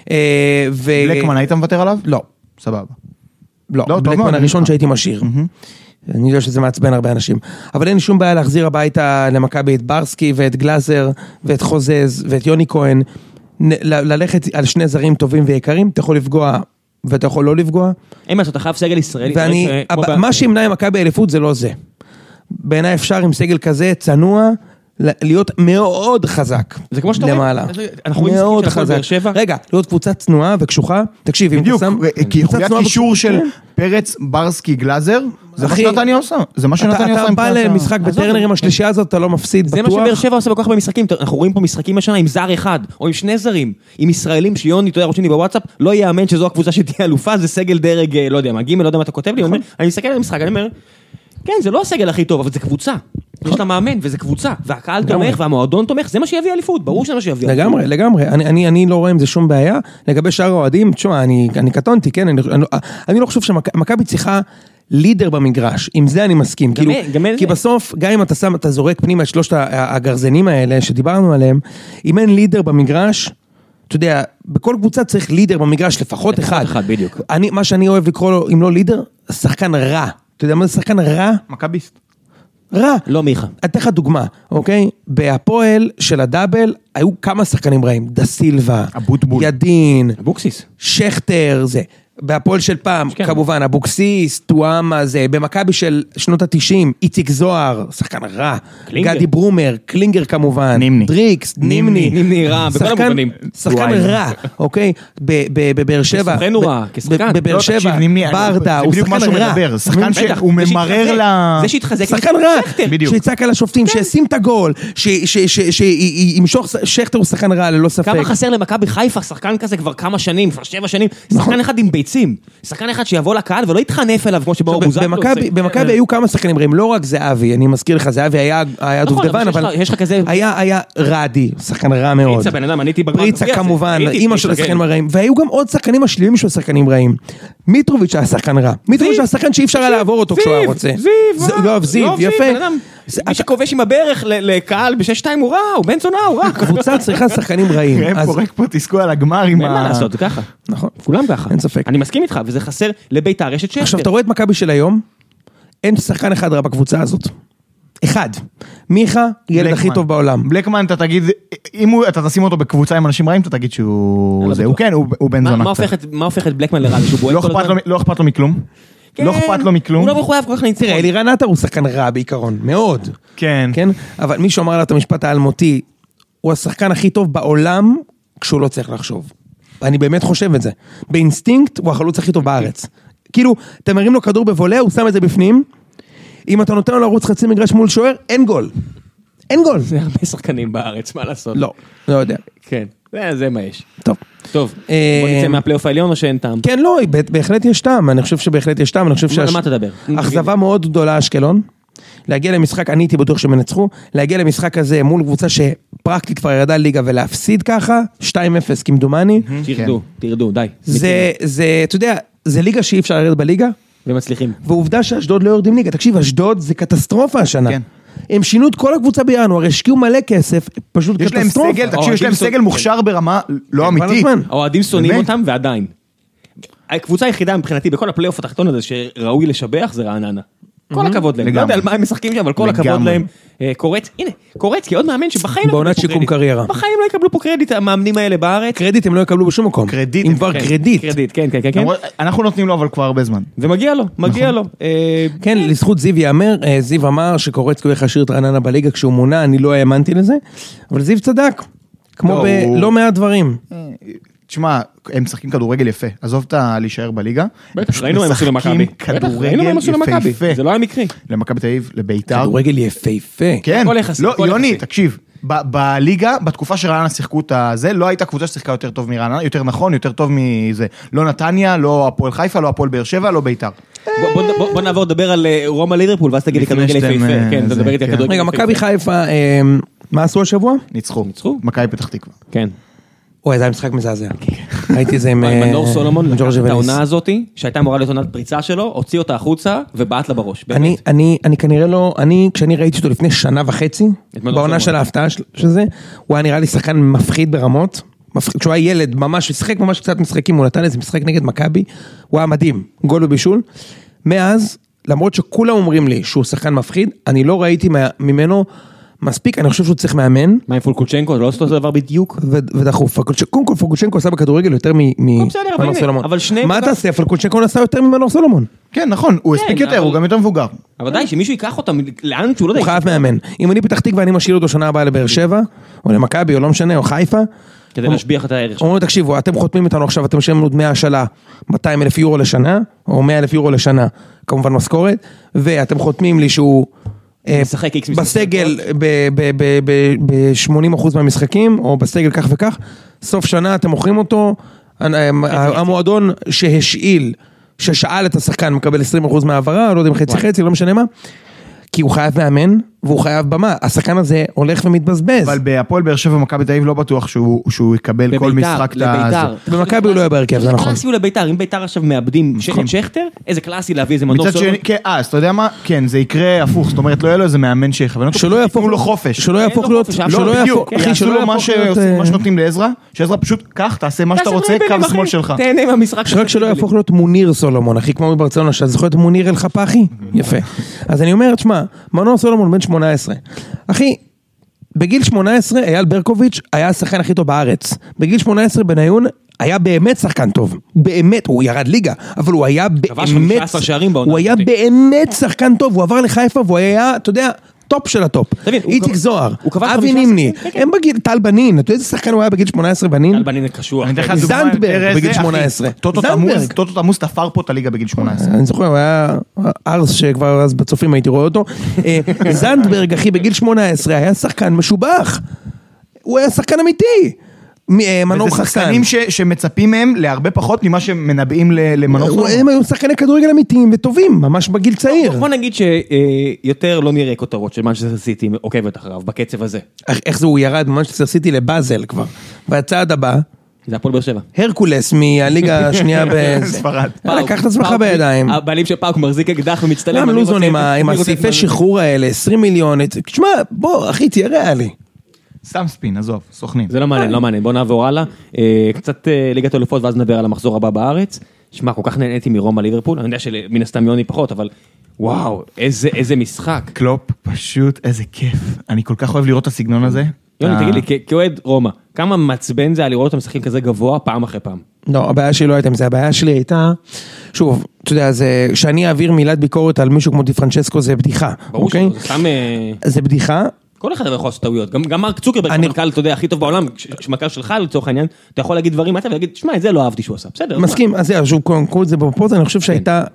בלקמן, היית מוותר עליו?
לא.
סבבה.
לא, בלקמן הראשון שהייתי משאיר. אני יודע שזה מעצבן הרבה אנשים. אבל אין שום בעיה להחזיר הביתה למכבי את ברסקי ואת גלאזר ואת חוזז ואת יוני כהן. ללכת על שני זרים טובים ויקרים, אתה יכול לפגוע ואתה יכול לא לפגוע.
אין מה, אתה חייב סגל ישראלי.
מה שימנע עם מכבי אליפות זה לא זה. בעיניי אפשר עם סגל כזה צנוע, להיות מאוד חזק.
זה כמו שאתה רואה.
מאוד חזק. רגע, להיות קבוצה צנועה וקשוחה. תקשיב,
בדיוק, כי יכולת קישור של פרץ, ברסקי, גלאזר, זה מה שנתניה עושה. זה מה שנתניה עושה.
אתה בא למשחק בטרנר עם השלישייה הזאת, אתה לא מפסיד בטוח.
זה מה שבאר שבע עושה בכל כך במשחקים. אנחנו רואים פה משחקים השנה עם זר אחד, או עם שני זרים, עם ישראלים שיוני, אתה יודע, רושני בוואטסאפ, לא יאמן שזו הקבוצה שתהיה אלופה, זה סגל דרג, לא יודע מה, גימל, לא יודע מה אתה כותב לי, אני מסתכל על המשחק, אני אומר, כן, זה לא הסגל הכי טוב, אבל זה קבוצה. יש לה מאמן, וזה קבוצה, והקהל תומך, והמועדון תומך, זה מה שיביא אליפות, ברור שזה מה שיביא אליפות.
לגמרי. אני לא רואה עם זה שום בעיה. לגבי שאר האוהדים, תשמע, אני קטונתי, כן, אני לא חושב שמכבי צריכה לידר במגרש, עם זה אני מסכים, כי בסוף, גם אם אתה זורק פנימה את שלושת הגרזנים האלה שדיברנו עליהם, אם אין לידר במגרש, אתה יודע, בכל קבוצה צריך לידר במגרש, לפחות אחד.
בדיוק.
מה שאני אוהב לקרוא לו, אם לא לידר, שחקן רע. אתה יודע מה זה שחקן רע?
מכביסט.
רע.
לא מיכה.
אתן לך דוגמה, אוקיי? בהפועל של הדאבל, היו כמה שחקנים רעים. דה סילבה, ידין,
אבוקסיס.
שכטר, זה. בהפועל של פעם, כמובן, אבוקסיס, טואמה, זה. במכבי של שנות ה-90, איציק זוהר, שחקן רע. גדי ברומר, קלינגר כמובן.
נימני.
דריקס, נימני.
נימני רע, בכל המובנים.
שחקן רע, אוקיי? בבאר שבע.
שחקן הוא רע, כשחקן.
בבאר שבע, ברדה, הוא שחקן רע.
שחקן שהוא ממרר
זה שהתחזק.
שחקן רע. שיצק על השופטים, שישים את הגול, שימשוך, שכטר הוא שחקן רע, ללא ספק.
כמה חסר למכבי חיפה, שחקן כזה כבר כמה שנים, כבר 7 שנים, שחקן אחד עם ביצים, שחקן אחד שיבוא לקהל ולא יתחנף אליו כמו שבאור בוזגלו.
במכבי היו כמה שחקנים רעים, לא רק זהבי, אני מזכיר לך, זהבי היה דובדבן, אבל היה רדי, שחקן רע מאוד.
פריצה, בן אדם, עניתי בגמר.
פריצה כמובן, אמא של השחקנים הרעים, והיו גם עוד שחקנים משלימים של השחקנים רעים. מיטרוביץ' היה שחקן רע. מיטרוביץ' היה שחקן שאי אפשר היה לעבור אותו כשהוא היה רוצה. זיו, יפה.
מי שכובש עם הברך לקהל ב6-2 הוא רע, הוא בן זונה, הוא רע.
קבוצה צריכה שחקנים רעים.
הם פורק פה תסכו על הגמר עם
אין מה לעשות, זה ככה.
נכון.
כולם ככה.
אין ספק.
אני מסכים איתך, וזה חסר לבית"ר רשת שכטר.
עכשיו, אתה רואה את מכבי של היום, אין שחקן אחד רע בקבוצה הזאת. אחד. מיכה, ילד הכי טוב בעולם.
בלקמן, אתה תגיד, אם אתה תשים אותו בקבוצה עם אנשים רעים, אתה תגיד שהוא... הוא כן, הוא בן זונה.
מה הופך את בלקמן לרע?
לא אכפת לו מכלום. לא אכפת לו מכלום.
הוא לא מחויב כל כך ניצחון.
תראה, אלירן עטר הוא שחקן רע בעיקרון, מאוד.
כן.
אבל מי שאומר לה את המשפט האלמותי, הוא השחקן הכי טוב בעולם, כשהוא לא צריך לחשוב. ואני באמת חושב את זה. באינסטינקט, הוא החלוץ הכי טוב בארץ. כאילו, אתם מרים לו כדור בבולה, הוא שם את זה בפנים, אם אתה נותן לו לרוץ חצי מגרש מול שוער, אין גול. אין גול.
זה הרבה שחקנים בארץ, מה לעשות?
לא יודע.
כן, זה מה יש.
טוב.
בוא נצא מהפלייאוף העליון או שאין טעם?
כן, לא, בהחלט יש טעם. אני חושב שבהחלט יש טעם.
מה תדבר?
אכזבה מאוד גדולה אשקלון. להגיע למשחק, אני הייתי בטוח שמנצחו, להגיע למשחק הזה מול קבוצה שפרקטית כבר ירדה ליגה ולהפסיד ככה, 2-0 כמדומני.
תרדו, די.
זה, אתה יודע, זה ליגה שאי אפשר לרדת בליגה.
ומצליחים.
ועובדה שאשדוד לא יורדים ליגה. תקשיב, אשדוד זה קטסטרופה השנה.
כן.
הם שינו את כל הקבוצה בינואר, השקיעו מלא כסף, פשוט קטסטרופה.
תקשיב, יש להם סגל מוכשר ברמה לא אמיתית.
האוהדים שונאים אותם ועדיין. הקבוצה היחידה מבחינתי בכל הפלייאוף התחתון הזה שראוי לשבח זה רעננה. כל הכבוד להם. לא יודע על מה הם משחקים שם, אבל כל הכבוד להם. קורצקי, עוד מאמן שבחיים לא
בעונת שיקום קריירה.
בחיים לא יקבלו פה קרדיט, המאמנים האלה בארץ.
קרדיט הם לא יקבלו בשום מקום.
קרדיט.
אם כבר קרדיט.
כן.
אנחנו נותנים לו אבל כבר הרבה זמן.
ומגיע לו.
כן, לזכות זיו יאמר, זיו אמר שקורצקי הוא יחשיר את רעננה בליגה כשהוא מונה, אני לא האמנתי לזה, אבל זיו צדק. כמו בלא מעט דברים.
תשמע, הם משחקים כדורגל יפה, עזוב את להישאר בליגה.
בטח, ראינו מה הם עשו למכבי.
כדורגל יפה.
זה לא היה מקרי.
למכבי תל אביב, לביתר.
כדורגל יפה.
כן, לא, יוני, תקשיב, בליגה, בתקופה שרעננה שיחקו את זה, לא הייתה קבוצה ששיחקה יותר טוב מרעננה, יותר נכון, יותר טוב מזה. לא נתניה, לא הפועל חיפה, לא הפועל באר שבע, לא ביתר.
בוא נעבור לדבר על רומא ליברפול, ואז תגיד לי כדורגל יפה. כן, תדבר איתי על כדורגל
יפה. רגע, מכבי חיפה, מה עשו השבוע?
ניצחו. מכבי פתח תקווה.
כן.
אוי, זה היה משחק מזעזע. הייתי זה עם
מנור סולומון, לקח את העונה הזאת, שהייתה אמורה להיות עונת פריצה שלו, הוציא אותה החוצה, ובעט לה בראש.
אני כנראה לא, כשאני ראיתי אותו לפני 1.5 שנה, בעונה של ההפתעה שזה, הוא היה נראה לי שחקן מפחיד ברמות, כשהוא היה ילד, ממש, שחק ממש קצת משחקים, הוא נתן איזה משחק נגד מכבי, הוא היה מדהים, גול ובישול. מאז, למרות שכולם אומרים לי שהוא שחקן מפחיד, אני לא ראיתי ממנו מספיק, אני חושב שהוא צריך מאמן.
מה עם פולקוצ'נקו? זה לא עושה דבר בדיוק?
ודחוף. קודם כל פולקוצ'נקו עשה בכדורגל יותר ממנור סולומון. מה תעשה? פולקוצ'נקו נסע יותר ממנור סולומון.
כן, נכון, הוא הספיק יותר, הוא גם יותר מבוגר.
אבל די, שמישהו ייקח אותם לאן שהוא לא די.
הוא חייב מאמן. אם אני פתח תקווה, אני משאיר אותו שנה הבאה לבאר שבע, או למכבי, או לא משנה, או חיפה,
כדי להשביח את הערך.
אומרים, תקשיבו, אתם חותמים איתנו עכשיו, אתם משלמים לנו דמי השאלה, 200,000 יורו לשנה, או 100,000 יורו לשנה, כמובן משכורת, ואתם חותמים לי שהוא בסגל ב-80% מהמשחקים, או בסגל כך וכך, סוף שנה אתם מוכרים אותו, המועדון שהשאיל, ששאל את השחקן, מקבל 20% מהעברה, לא יודע אם חצי, לא משנה מה, כי הוא חייב מאמן, והוא חייב במה. השחקן הזה הולך ומתבזבז.
אבל בהפועל באר שבע ומכבי תל אביב לא בטוח שהוא יקבל כל משחק.
במכבי הוא לא יהיה בהרכב, זה נכון.
קלאסי הוא לביתר, אם ביתר עכשיו מאבדים שכטר, איזה קלאסי להביא איזה מנור סולומון.
אז אתה יודע מה? כן, זה יקרה הפוך, זאת אומרת, לא יהיה לו איזה מאמן שיכוון אותו,
שלא יהפוך
לו חופש.
שלא יהפוך להיות,
לא, בדיוק, יעשו לו מה שנותנים לעזרא, שעזרא פשוט קח, תעשה מה שאתה רוצה, קו שמאל שלך.
תהנה מהמשחק
שרק שלא יהפוך להיות מוניר סולומון, אחי, כמו בברצלונה, שאתה זוכר את מוניר אל חפחי? יפה. אז אני אומר, תשמע, מנור סולומון בן 18. אחי, בגיל 18 אייל ברקוביץ' היה השחקן הכי טוב בארץ. בגיל 18 בניון היה באמת שחקן טוב. באמת, הוא ירד ליגה, אבל הוא היה באמת שחקן טוב. הוא עבר לחיפה והוא היה, אתה יודע, טופ של הטופ. איציק זוהר, אבי נימני, הם בגיל, טל בנין, אתה יודע איזה שחקן הוא היה בגיל 18 בנין?
טל בנין קשוח.
זנדברג בגיל 18.
טוטו תמוס תפר פה את הליגה בגיל 18.
אני זוכר, הוא היה ארס שכבר אז בצופים הייתי רואה אותו. זנדברג, אחי, בגיל 18 היה שחקן משובח. הוא היה שחקן אמיתי. מנור חסן.
וזה שחקנים שמצפים מהם להרבה פחות ממה שמנבאים למנור חסן.
הם היו שחקני כדורגל אמיתיים וטובים, ממש בגיל צעיר.
בוא נגיד שיותר לא נראה כותרות של מנצ'סטר סיטי עוקבת אחריו, בקצב הזה.
איך זה הוא ירד ממנצ'סטר סיטי לבאזל כבר. והצעד הבא,
זה הפועל באר שבע.
הרקולס מהליגה השנייה בספרד. לקח את עצמך בידיים.
הבעלים של פאוק מחזיק אקדח ומצטלם.
גם לוזון עם הסעיפי שחרור האלה, 20 מיליון. תשמע, בוא, אחי, תהיה ריאלי.
סתם ספין, עזוב, סוכנים.
זה לא מעניין, לא מעניין. בוא נעבור הלאה. קצת ליגת האלופות ואז נדבר על המחזור הבא בארץ. שמע, כל כך נהניתי מרומא ליברפול. אני יודע שמן הסתם יוני פחות, אבל וואו, איזה משחק.
קלופ, פשוט איזה כיף. אני כל כך אוהב לראות את הסגנון הזה.
יוני, תגיד לי, כאוהד רומא, כמה מעצבן זה היה לראות אותם משחקים כזה גבוה פעם אחרי פעם?
לא, הבעיה שלי לא הייתה עם זה, הבעיה שלי הייתה, שוב, אתה יודע, שאני אעביר מילת ביקורת על מישהו כמו די פרנצ'סקו, זה בדיחה.
ברור שלא, זה סתם...
זה בדיחה.
כל אחד יכול לעשות טעויות, גם מרק צוקרברג, המנכ"ל, אתה יודע, הכי טוב בעולם, שמנכ"ל שלך לצורך העניין, אתה יכול להגיד דברים, ולהגיד, שמע, את זה לא אהבתי שהוא עשה, בסדר.
מסכים, אז זהו, שוב, קוראים את זה בפרופורציה, אני חושב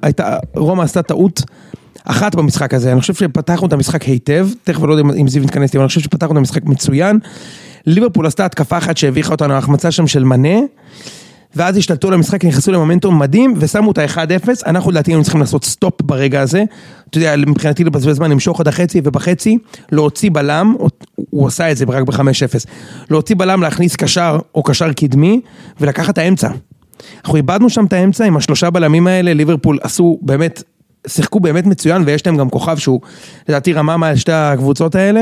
רומא עשתה טעות אחת במשחק הזה, אני חושב שפתחנו את המשחק היטב, תכף לא יודע אם זיו מתכנס לי, אבל אני חושב שפתחנו את המשחק מצוין, ליברפול עשתה התקפה אחת שהביכה אותנו, ההחמצה שם של מנה, ואז השתלטו למשחק, נכנסו למומנטום מדהים, ושמו את ה-1-0, אנחנו לדעתי היינו צריכים לעשות סטופ ברגע הזה, אתה יודע, מבחינתי לבזבז זמן, למשוך עד החצי, ובחצי, להוציא בלם, הוא עשה את זה רק ב-5-0, להוציא בלם, להכניס קשר, או קשר קדמי, ולקחת את האמצע. אנחנו איבדנו שם את האמצע, עם השלושה בלמים האלה, ליברפול עשו באמת, שיחקו באמת מצוין, ויש להם גם כוכב שהוא, לדעתי, רמה מעל שתי הקבוצות האלה,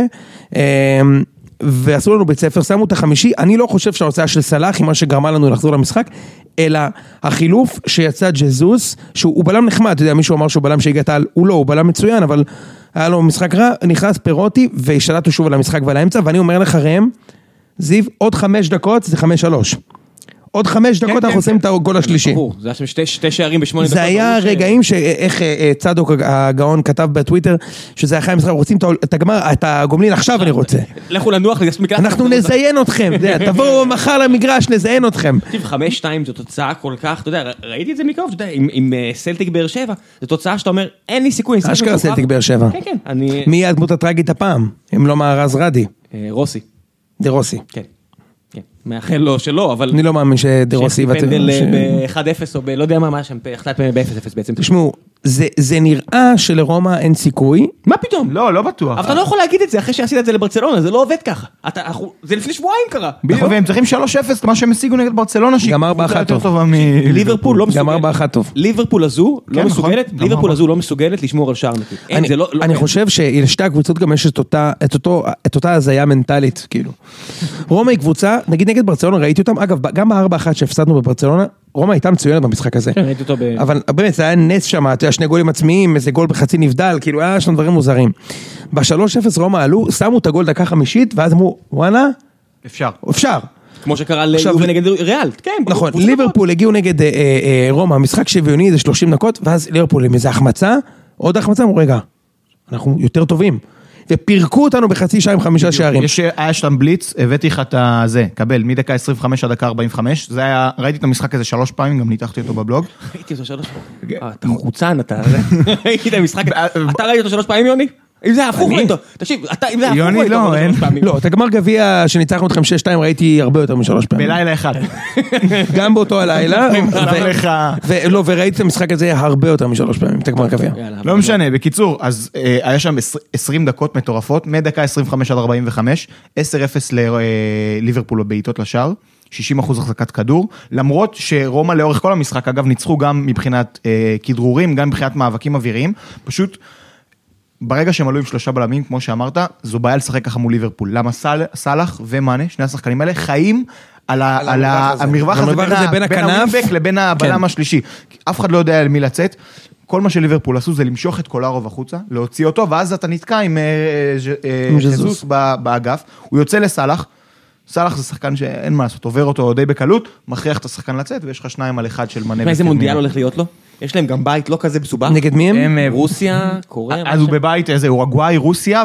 ועשו לנו בית ספר, שמו את החמישי, אני לא חושב שההוצאה של סלאח היא מה שגרמה לנו לחזור למשחק, אלא החילוף שיצא ג'זוס, שהוא בלם נחמד, אתה יודע, מישהו אמר שהוא בלם שהגעת על, הוא לא, הוא בלם מצוין, אבל היה לו משחק רע, נכנס פירוטי, והשתלטו שוב על המשחק ועל האמצע, ואני אומר לך ראם, זיו, עוד 5 דקות, זה 5-3. עוד 5 דקות אנחנו עושים את הגול השלישי.
זה היה שם שתי שערים ב8 דקות.
זה היה רגעים שאיך צדוק הגאון כתב בטוויטר, שזה אחרי המשחק, רוצים את הגמר, את הגומלין, עכשיו אני רוצה.
לכו לנוח,
אנחנו נזיין אתכם, תבואו מחר למגרש, נזיין אתכם.
5-2 זו תוצאה כל כך, אתה יודע, ראיתי את זה מקרוב, אתה יודע, עם סלטיק באר שבע, זו תוצאה שאתה אומר, אין לי סיכוי.
אשכרה סלטיק באר שבע.
כן, כן.
מי הדמות הטרגית הפעם? אם לא מהרז רדי.
רוסי.
דה רוסי.
כן. מאחל לו שלא, אבל...
אני לא מאמין שדרוסי...
פנדל ב-1-0 או לא יודע מה שם, החלט ב-0-0 בעצם.
תשמעו, זה נראה שלרומא אין סיכוי.
מה פתאום?
לא בטוח.
אבל אתה לא יכול להגיד את זה אחרי שעשית את זה לברצלונה, זה לא עובד ככה. זה לפני שבועיים קרה.
והם צריכים 3-0, מה שהם השיגו נגד ברצלונה,
גמר באחת טוב.
ליברפול לא מסוגלת.
גמר באחת טוב.
ליברפול הזו לא מסוגלת לשמור על שער נקי.
אני חושב שלשתי הקבוצות גם יש את אותה הזיה מנטלית, כאילו. רומא היא קבוצה, נגיד נגד ברצלונה, ראיתי אותם, אגב, גם ב4-1 שהפסדנו בברצלונה, רומא הייתה מצוינת במשחק הזה.
כן, ראיתי אותו
אבל באמת, זה היה נס שם, אתה יודע, 2 גולים עצמיים, איזה גול בחצי נבדל, כאילו, היה שם דברים מוזרים. ב3-0 רומא עלו, שמו את הגול דקה 5, ואז אמרו, וואלה, אפשר.
כמו שקרה ליובה נגד ריאל, כן.
נכון, ליברפול הגיעו נגד רומא, משחק שוויוני, זה 30 דקות, ואז ליברפול עם איזה החמצה, עוד החמצה, אמרו, רגע, אנחנו יותר טובים. ופירקו אותנו בחצי שעה עם 5 שערים.
היה שם בליץ, הבאתי לך את זה, קבל, מדקה 25 עד דקה 45, זה היה, ראיתי את המשחק הזה 3 פעמים, גם ניתחתי אותו בבלוג.
ראיתי אותו 3 פעמים. אתה חוצן, אתה... ראיתי את המשחק, אתה ראיתי אותו 3 פעמים, יוני? אם זה היה הפוך, ראיתו. תקשיב, אם זה היה הפוך, ראיתו 3 פעמים.
לא, את הגמר גביע שניצחנו אתכם 6-2 ראיתי הרבה יותר מ3 פעמים.
בלילה אחד.
גם באותו הלילה. לא, וראיתי את המשחק הזה הרבה יותר מ3 פעמים, את הגמר גביע.
לא משנה, בקיצור, אז היה שם 20 דקות מטורפות, מדקה 25 עד 45, 10-0 לליברפול בבעיטות לשער, 60% החזקת כדור, למרות שרומא לאורך כל המשחק, אגב, ניצחו גם מבחינת כדרורים, גם מבחינת מאבקים אוויריים, פשוט ברגע שהם עלו עם 3 בלמים, כמו שאמרת, זו בעיה לשחק ככה מול ליברפול. למה סלח ומאנה, שני השחקנים האלה, חיים על המרווח הזה בין הווינבק לבין הבלם השלישי. אף אחד לא יודע על מי לצאת. כל מה שליברפול עשו זה למשוך את קולרוב החוצה, להוציא אותו, ואז אתה נתקע עם ז'זוס באגף. הוא יוצא לסלח. סלח זה שחקן שאין מה לעשות, עובר אותו די בקלות, מכריח את השחקן לצאת, ויש לך 2 על 1 של מנה.
איזה מונדיאל הולך להיות לו? יש להם גם בית לא כזה מסובך.
נגד מי הם?
רוסיה, קוריאה.
אז הוא בבית איזה אורוגוואי, רוסיה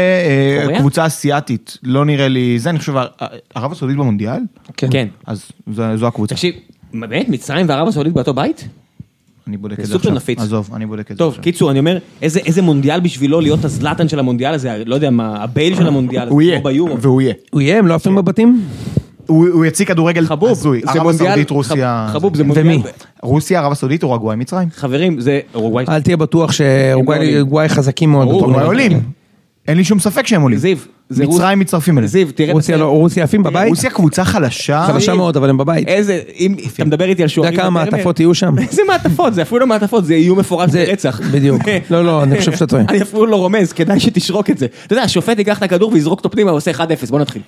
וקבוצה אסיאתית. לא נראה לי, זה אני חושב, ערב הסעודית במונדיאל?
כן.
אז זו הקבוצה.
תקשיב, באמת, מצרים וערב הסעודית באותו בית?
אני בודק את זה
סופר
עכשיו.
נפיץ.
עזוב, אני בודק את זה
טוב,
עכשיו.
קיצור, אני אומר, איזה מונדיאל בשבילו להיות הזלטן של המונדיאל הזה, לא יודע מה, הבייל של המונדיאל הזה,
הוא יהיה, והוא יהיה.
הוא יהיה, הם לא עפים בבתים?
הוא יציג כדורגל
חבוב,
הזוי.
זה
ערב
מונדיאל,
הסעודית, רוסיה.
חבוב, זה מונדיאל.
ומי?
רוסיה, ערב הסעודית, אורוגוואי, מצרים.
חברים, זה אורוגוואי.
אל תהיה בטוח שאורוגוואי חזקים מאוד.
אורוגוואי עולים. אין לי שום ספק שהם עולים.
זיו,
מצרים מצטרפים אליהם.
זיו, תראה...
רוסיה עפים בבית?
רוסיה קבוצה חלשה.
חלשה מאוד, אבל הם בבית.
איזה, אם אתה מדבר איתי על שוערים...
אתה יודע כמה מעטפות יהיו שם?
איזה מעטפות? זה אפילו לא מעטפות, זה איום מפורש ברצח.
בדיוק. לא, אני חושב שאתה טועה.
אני אפילו לא רומז, כדאי שתשרוק את זה. אתה יודע, השופט ייקח את הכדור ויזרוק אותו פנימה, ועושה 1-0, בוא נתחיל.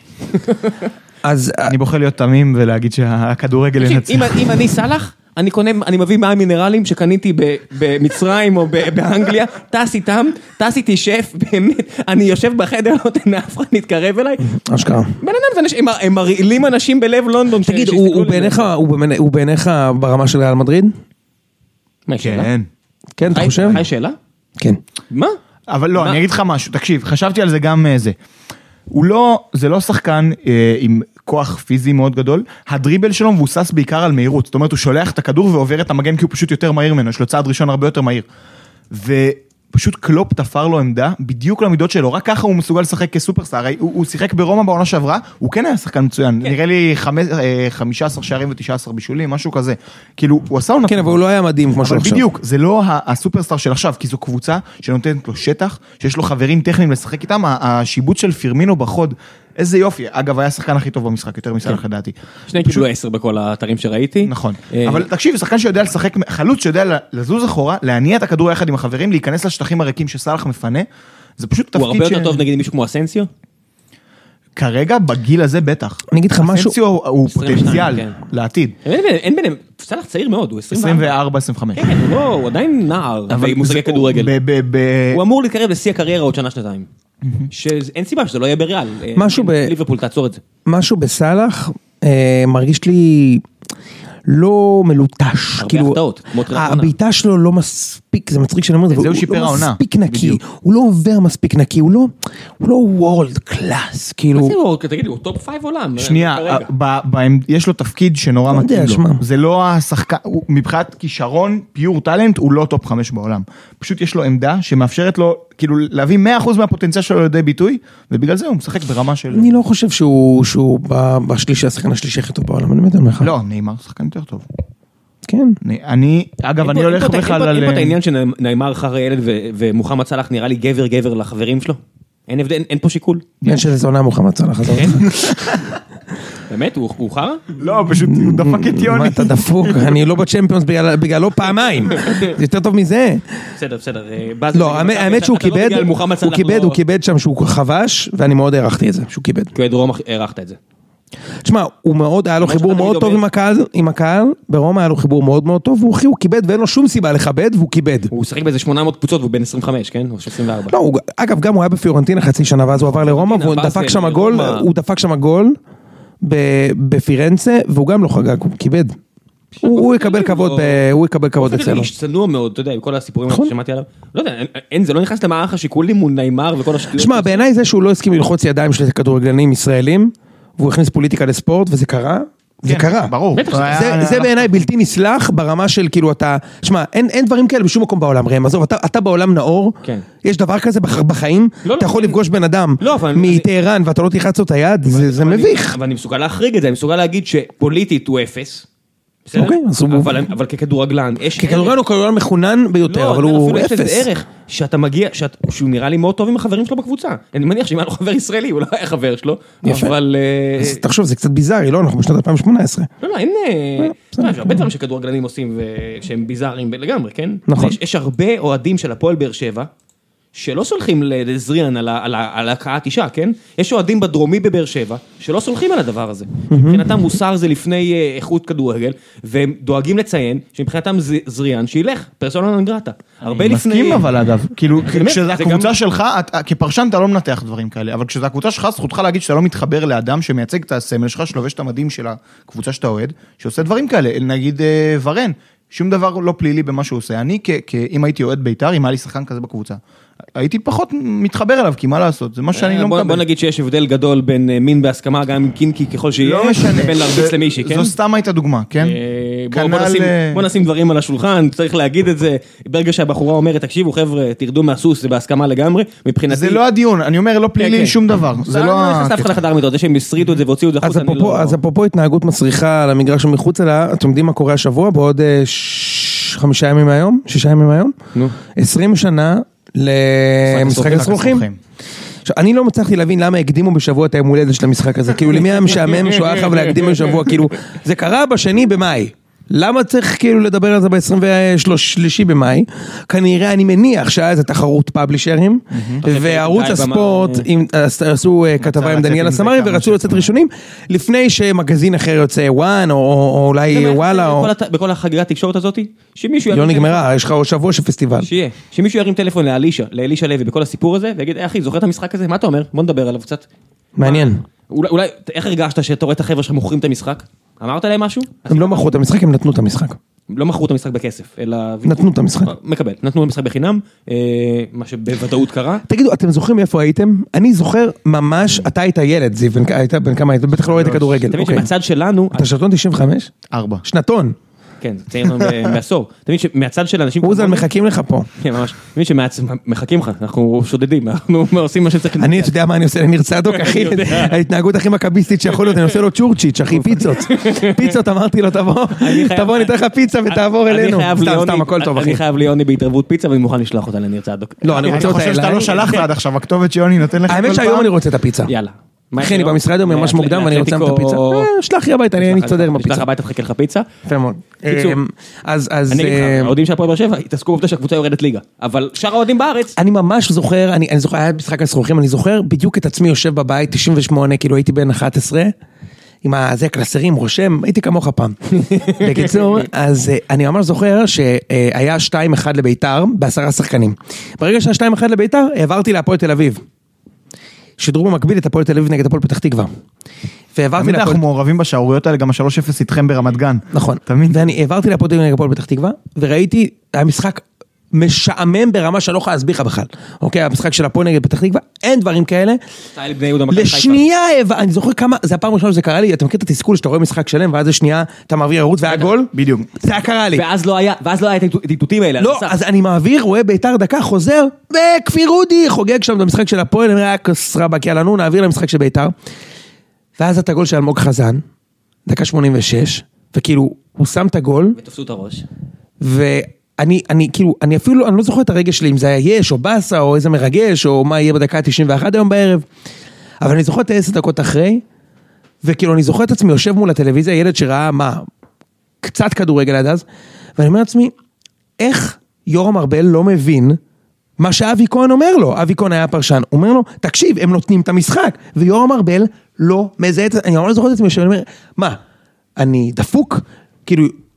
אז
אני בוחר להיות תמים ולהגיד שהכדורגל ינצח.
אם אני סלח, אני מביא מים מינרלים שקניתי במצרים או באנגליה, טס איתם, טס איתי שף, באמת, אני יושב בחדר, לא נותן אף אחד להתקרב אליי.
אשכרה.
בן אדם, הם מרעילים אנשים בלב לונדון.
תגיד, הוא בעיניך ברמה של ריאל מדריד?
מה, שאלה?
כן, אתה חושב?
היי, שאלה?
כן.
מה?
אבל לא, אני אגיד לך משהו, תקשיב, חשבתי על זה גם זה. זה לא שחקן עם כוח פיזי מאוד גדול, הדריבל שלו מבוסס בעיקר על מהירות, זאת אומרת הוא שולח את הכדור ועובר את המגן כי הוא פשוט יותר מהיר ממנו, יש לו צעד ראשון הרבה יותר מהיר, ופשוט קלופ תפר לו עמדה, בדיוק למידות שלו, רק ככה הוא מסוגל לשחק כסופרסטאר, הוא שיחק ברומא בעונה שעברה, הוא כן היה שחקן מצוין, נראה לי 15 שערים ו19 בישולים, משהו כזה, כאילו הוא עשה עונה,
כן, אבל הוא לא היה מדהים כמו שהוא עכשיו.
בדיוק, זה לא הסופרסטאר של עכשיו, כי זו קבוצה שנותנת לו שטח, שיש לו חברים טכניים לשחק איתם, השיבוט של פירמינו בחוד, איזה יופי, אגב היה השחקן הכי טוב במשחק, יותר מסלח לדעתי.
שני קיבלו 10 בכל האתרים שראיתי.
נכון, אבל תקשיב, שחקן שיודע לשחק, חלוץ שיודע לזוז אחורה, להניע את הכדור יחד עם החברים, להיכנס לשטחים הריקים שסלח מפנה, זה פשוט תפקיד
הוא הרבה יותר טוב נגיד מישהו כמו אסנסיו?
כרגע בגיל הזה בטח.
אני אגיד לך משהו.
אסנסיו הוא פוטנציאל לעתיד.
אין ביניהם, סלח צעיר מאוד, הוא 24.
24-25.
כן, הוא עדיין נער, במושגי כדורגל. הוא אמור להתקרב לשיא הקריירה עוד שנה-שנתיים. שאין סיבה שזה לא יהיה בריאל. ליברפול תעצור את זה.
משהו בסלח מרגיש לי לא מלוטש.
הרבה החטאות.
הביתה שלו לא מספיק, זה מצחיק שאני אומר,
זהו שיפר העונה.
הוא לא מספיק נקי, הוא לא עובר מספיק נקי, הוא לא וורלד קלאס, כאילו.
תגיד, הוא טופ 5 עולם.
שנייה, יש לו תפקיד שנורא מתאים לו. זה לא השחקן, מבחינת כישרון, פיור טלנט, הוא לא טופ 5 בעולם. פשוט יש לו עמדה שמאפשרת לו, כאילו, להביא 100% מהפוטנציאל שלו לידי ביטוי, ובגלל זה הוא משחק ברמה של...
אני לא חושב שהוא בשלישי, השחקן השלישי הכי טוב בעולם, אני מדבר לך.
לא, ניימר שחקן יותר טוב.
כן.
אגב, אני הולך בכלל על...
אין פה את העניין שניימר אחר הילד ומוחמד סלח נראה לי גבר לחברים שלו? אין הבדל, אין פה שיקול?
אין שזה זונה מוחמד סלח.
באמת? הוא חרא?
לא, פשוט הוא דפק את יוני.
מה אתה דפוק? אני לא בצ'מפיונס בגללו פעמיים. זה יותר טוב מזה.
בסדר.
לא, האמת שהוא כיבד שם שהוא חבש, ואני מאוד הערכתי את זה, שהוא כיבד.
כדרום הערכת את זה.
תשמע, הוא מאוד, היה לו חיבור מאוד טוב עם הקהל, ברומא היה לו חיבור מאוד מאוד טוב, הוא כיבד ואין לו שום סיבה לכבד, והוא כיבד.
הוא שחק באיזה 800 קבוצות, והוא בן 25, כן? או 24.
לא, אגב, גם הוא היה בפיורנטינה חצי שנה, ואז הוא עבר לרומא, והוא דפק שם גול, בפירנצה, והוא גם לא חגג, הוא כיבד. הוא יקבל כבוד, הוא יקבל כבוד אצלנו.
איש צנוע מאוד, אתה יודע, עם כל הסיפורים ששמעתי עליו. לא יודע, זה לא נכנס למערך השיקולים מול ניימר וכל השטויות.
שמע, בעיניי זה שהוא לא הסכים ללחוץ ידיים של כדורגלנים ישראלים, והוא הכניס פוליטיקה לספורט, וזה קרה. זה קרה.
ברור.
זה בעיניי בלתי נסלח ברמה של כאילו אתה, שמע, אין דברים כאלה בשום מקום בעולם, ראם, עזוב, אתה בעולם נאור, יש דבר כזה בחיים, אתה יכול לפגוש בן אדם מטהרן ואתה לא תלחץ לו את היד, זה מביך.
אבל אני מסוגל להחריג את זה, אני מסוגל להגיד שפוליטית הוא אפס, בסדר? אבל ככדורגלן,
ככדורגלן הוא כדורגלן מחונן ביותר, אבל הוא אפס.
זה ערך שאתה מגיע, שהוא נראה לי מאוד טוב עם החברים שלו בקבוצה. אני מניח שאם היה לו חבר ישראלי, הוא לא היה חבר שלו, אבל...
אז תחשוב, זה קצת ביזארי, לא? אנחנו בשנת 2018.
לא, אין... יש הרבה דברים שכדורגלנים עושים שהם ביזאריים לגמרי, כן?
נכון.
יש הרבה אוהדים של הפועל באר שבע, שלא סולחים לזריאן על הקעת אישה, כן? יש אוהדים בדרומי בבאר שבע, שלא סולחים על הדבר הזה. מבחינתם מוסר זה לפני איכות כדורגל, והם דואגים לציין שמבחינתם זריאן שילך, פרסונה נון גרטה. הרבה לפני...
מסכים אבל אגב, כאילו כשזה הקבוצה שלך, כפרשן אתה לא מנתח דברים כאלה, אבל כשזה הקבוצה שלך, זכותך להגיד שאתה לא מתחבר לאדם שמייצג את הסמל שלך, שלובש את המדים של הקבוצה שאתה אוהד, שעושה דברים כאלה, נגיד ורן, שום דבר לא פלילי במה שהוא עושה. אני, אם הייתי אוהד בית"ר, אם היה לי שחקן כזה בקבוצה, הייתי פחות מתחבר אליו, כי מה לעשות? זה מה שאני לא מקבל.
בוא נגיד שיש הבדל גדול בין מין בהסכמה, גם עם קינקי ככל שיהיה, בין להרביץ למישהי, כן?
זו סתם הייתה דוגמה, כן?
בוא נשים דברים על השולחן, צריך להגיד את זה, ברגע שהבחורה אומרת, תקשיבו חבר'ה, תרדו מהסוס, זה בהסכמה לגמרי, מבחינתי...
זה לא הדיון, אני אומר לא פלילי שום דבר, זה לא...
נכנס לך לחדר מיטות, זה שהם הסריטו את זה והוציאו את זה החוץ, אני לא...
אז אפרופו התנהגות מסריחה על המגרש ומחוץ אליה, אתם יודעים מה קורה השבוע, בעוד 5 ימים מהיום, 6 ימים מהיום, 20 שנה למשחק הסרוכים. אני לא מצליחתי להבין למה הקדימו בשבוע את היום הולדת של המשחק הזה, כאילו למי היה משעמם שהוא היה חייב להקדים בשבוע, כאילו זה קרה ב2 במאי, למה צריך כאילו לדבר על זה ב-23 במאי? כנראה אני מניח שהיה איזה תחרות פאבלישרים, וערוץ הספורט עשו כתבה עם דניאל הסמרי ורצו לצאת ראשונים, לפני שמגזין אחר יוצא וואן, או אולי וואלה.
בכל החגיגת תקשורת הזאת, שמישהו...
לא נגמרה, יש לך שבוע של פסטיבל.
שיהיה, שמישהו ירים טלפון לאלישה לוי בכל הסיפור הזה, ויגיד, אחי, זוכר את המשחק הזה? מה אתה אומר? בוא נדבר עליו קצת.
מעניין.
אולי, איך הרגשת שאתה רואה את החבר'ה שמוכרים את המשחק? אמרת להם משהו?
הם לא מכרו את המשחק, הם נתנו את המשחק.
לא מכרו את המשחק בכסף, אלא...
נתנו את המשחק.
מקבל, נתנו את המשחק בחינם, מה שבוודאות קרה.
תגידו, אתם זוכרים איפה הייתם? אני זוכר ממש, אתה היית ילד, זיו, היית בן כמה היית, בטח לא ראית כדורגל.
תמיד שמהצד שלנו...
אתה שנתון 95?
4.
שנתון.
כן, זה ציינו בעשור. תמיד שמהצד של אנשים...
אוזן, מחכים לך פה.
כן, ממש. תמיד שמחכים לך, אנחנו שודדים, אנחנו עושים מה שצריך...
אני, אתה יודע מה אני עושה לניר צדוק, אחי? ההתנהגות הכי מכביסטית שיכול להיות, אני עושה לו צ'ורצ'יץ', אחי, פיצות. פיצות, אמרתי לו, תבוא, ניתן לך פיצה ותעבור אלינו. סתם, הכל טוב, אחי.
אני חייב ליוני בהתערבות פיצה, ואני מוכן לשלוח אותה לניר צדוק.
לא, אני רוצה אותה
אליי. אני חושב שאתה לא שלחת עד עכשיו, הכתובת שיוני נותן לך כל פעם.
האמת שהיום אני רוצה את הפיצה.
יאללה.
אחי, אני במשרד היום ממש מוקדם ואני רוצה את הפיצה. שלח לי הביתה, אני אצטדר עם הפיצה.
שלח הביתה, תחכה לך פיצה.
יפה מאוד. אז...
אני אגיד לך, האוהדים של הפועל באר שבע, התעסקו בעובדה שהקבוצה יורדת ליגה. אבל שאר האוהדים בארץ...
אני ממש זוכר, אני זוכר, היה משחק הסרוכים, אני זוכר בדיוק את עצמי יושב בבית, 98, כאילו הייתי בן 11, עם הזה הקלסרים, רושם, הייתי כמוך פעם. בקיצור, אז אני ממש זוכר שהיה 2-1 לביתר, ב10 שחקנים. ברגע שהיה 2-1 לביתר, העברתי להפועל תל אביב. שדרו במקביל את הפועל תל אביב נגד הפועל פתח תקווה.
תמיד אנחנו מעורבים בשערוריות האלה, גם ה-3-0 איתכם ברמת גן.
נכון. ואני העברתי להפועל תל אביב נגד הפועל פתח תקווה, וראיתי, היה משחק משעמם ברמה שאני לא יכולה להסביר לך בכלל. אוקיי, המשחק של הפועל נגד פתח תקווה, אין דברים כאלה. לשנייה, אני זוכר כמה, זה הפעם ראשונה שזה קרה לי, אתה מכיר את התסכול שאתה רואה משחק שלם, ואז לשנייה אתה מעביר ערוץ והיה גול?
בדיוק.
זה היה קרה לי.
ואז לא היה את הטיטוטים האלה.
לא, אז אני מעביר, רואה ביתר דקה, חוזר, וכפיר רודי חוגג שם במשחק של הפועל, אני אומר, היה כסרה בקיה לנו, נעביר למשחק של ביתר. ואז את הגול של אלמוג חזן, דקה 86, וכאילו, הוא שם את הגול.
ותפסו את הראש.
אני כאילו, אני אפילו, אני לא זוכר את הרגש שלי, אם זה היה יש, או בסה, או איזה מרגש, או מה יהיה בדקה 91 היום בערב, אבל אני זוכר את 10 דקות אחרי, וכאילו אני זוכר את עצמי, יושב מול הטלוויזיה, ילד שראה, קצת כדורגל עד אז, ואני אומר לעצמי, איך יורם ארבל לא מבין, מה שאבי כהן אומר לו, אבי כהן היה פרשן, הוא אומר לו, תקשיב, הם נותנים את המשחק, ויורם ארבל לא מזהה את זה, אני לא זוכר את עצמי, שאני אומר, מה, אני דפוק? כאילו,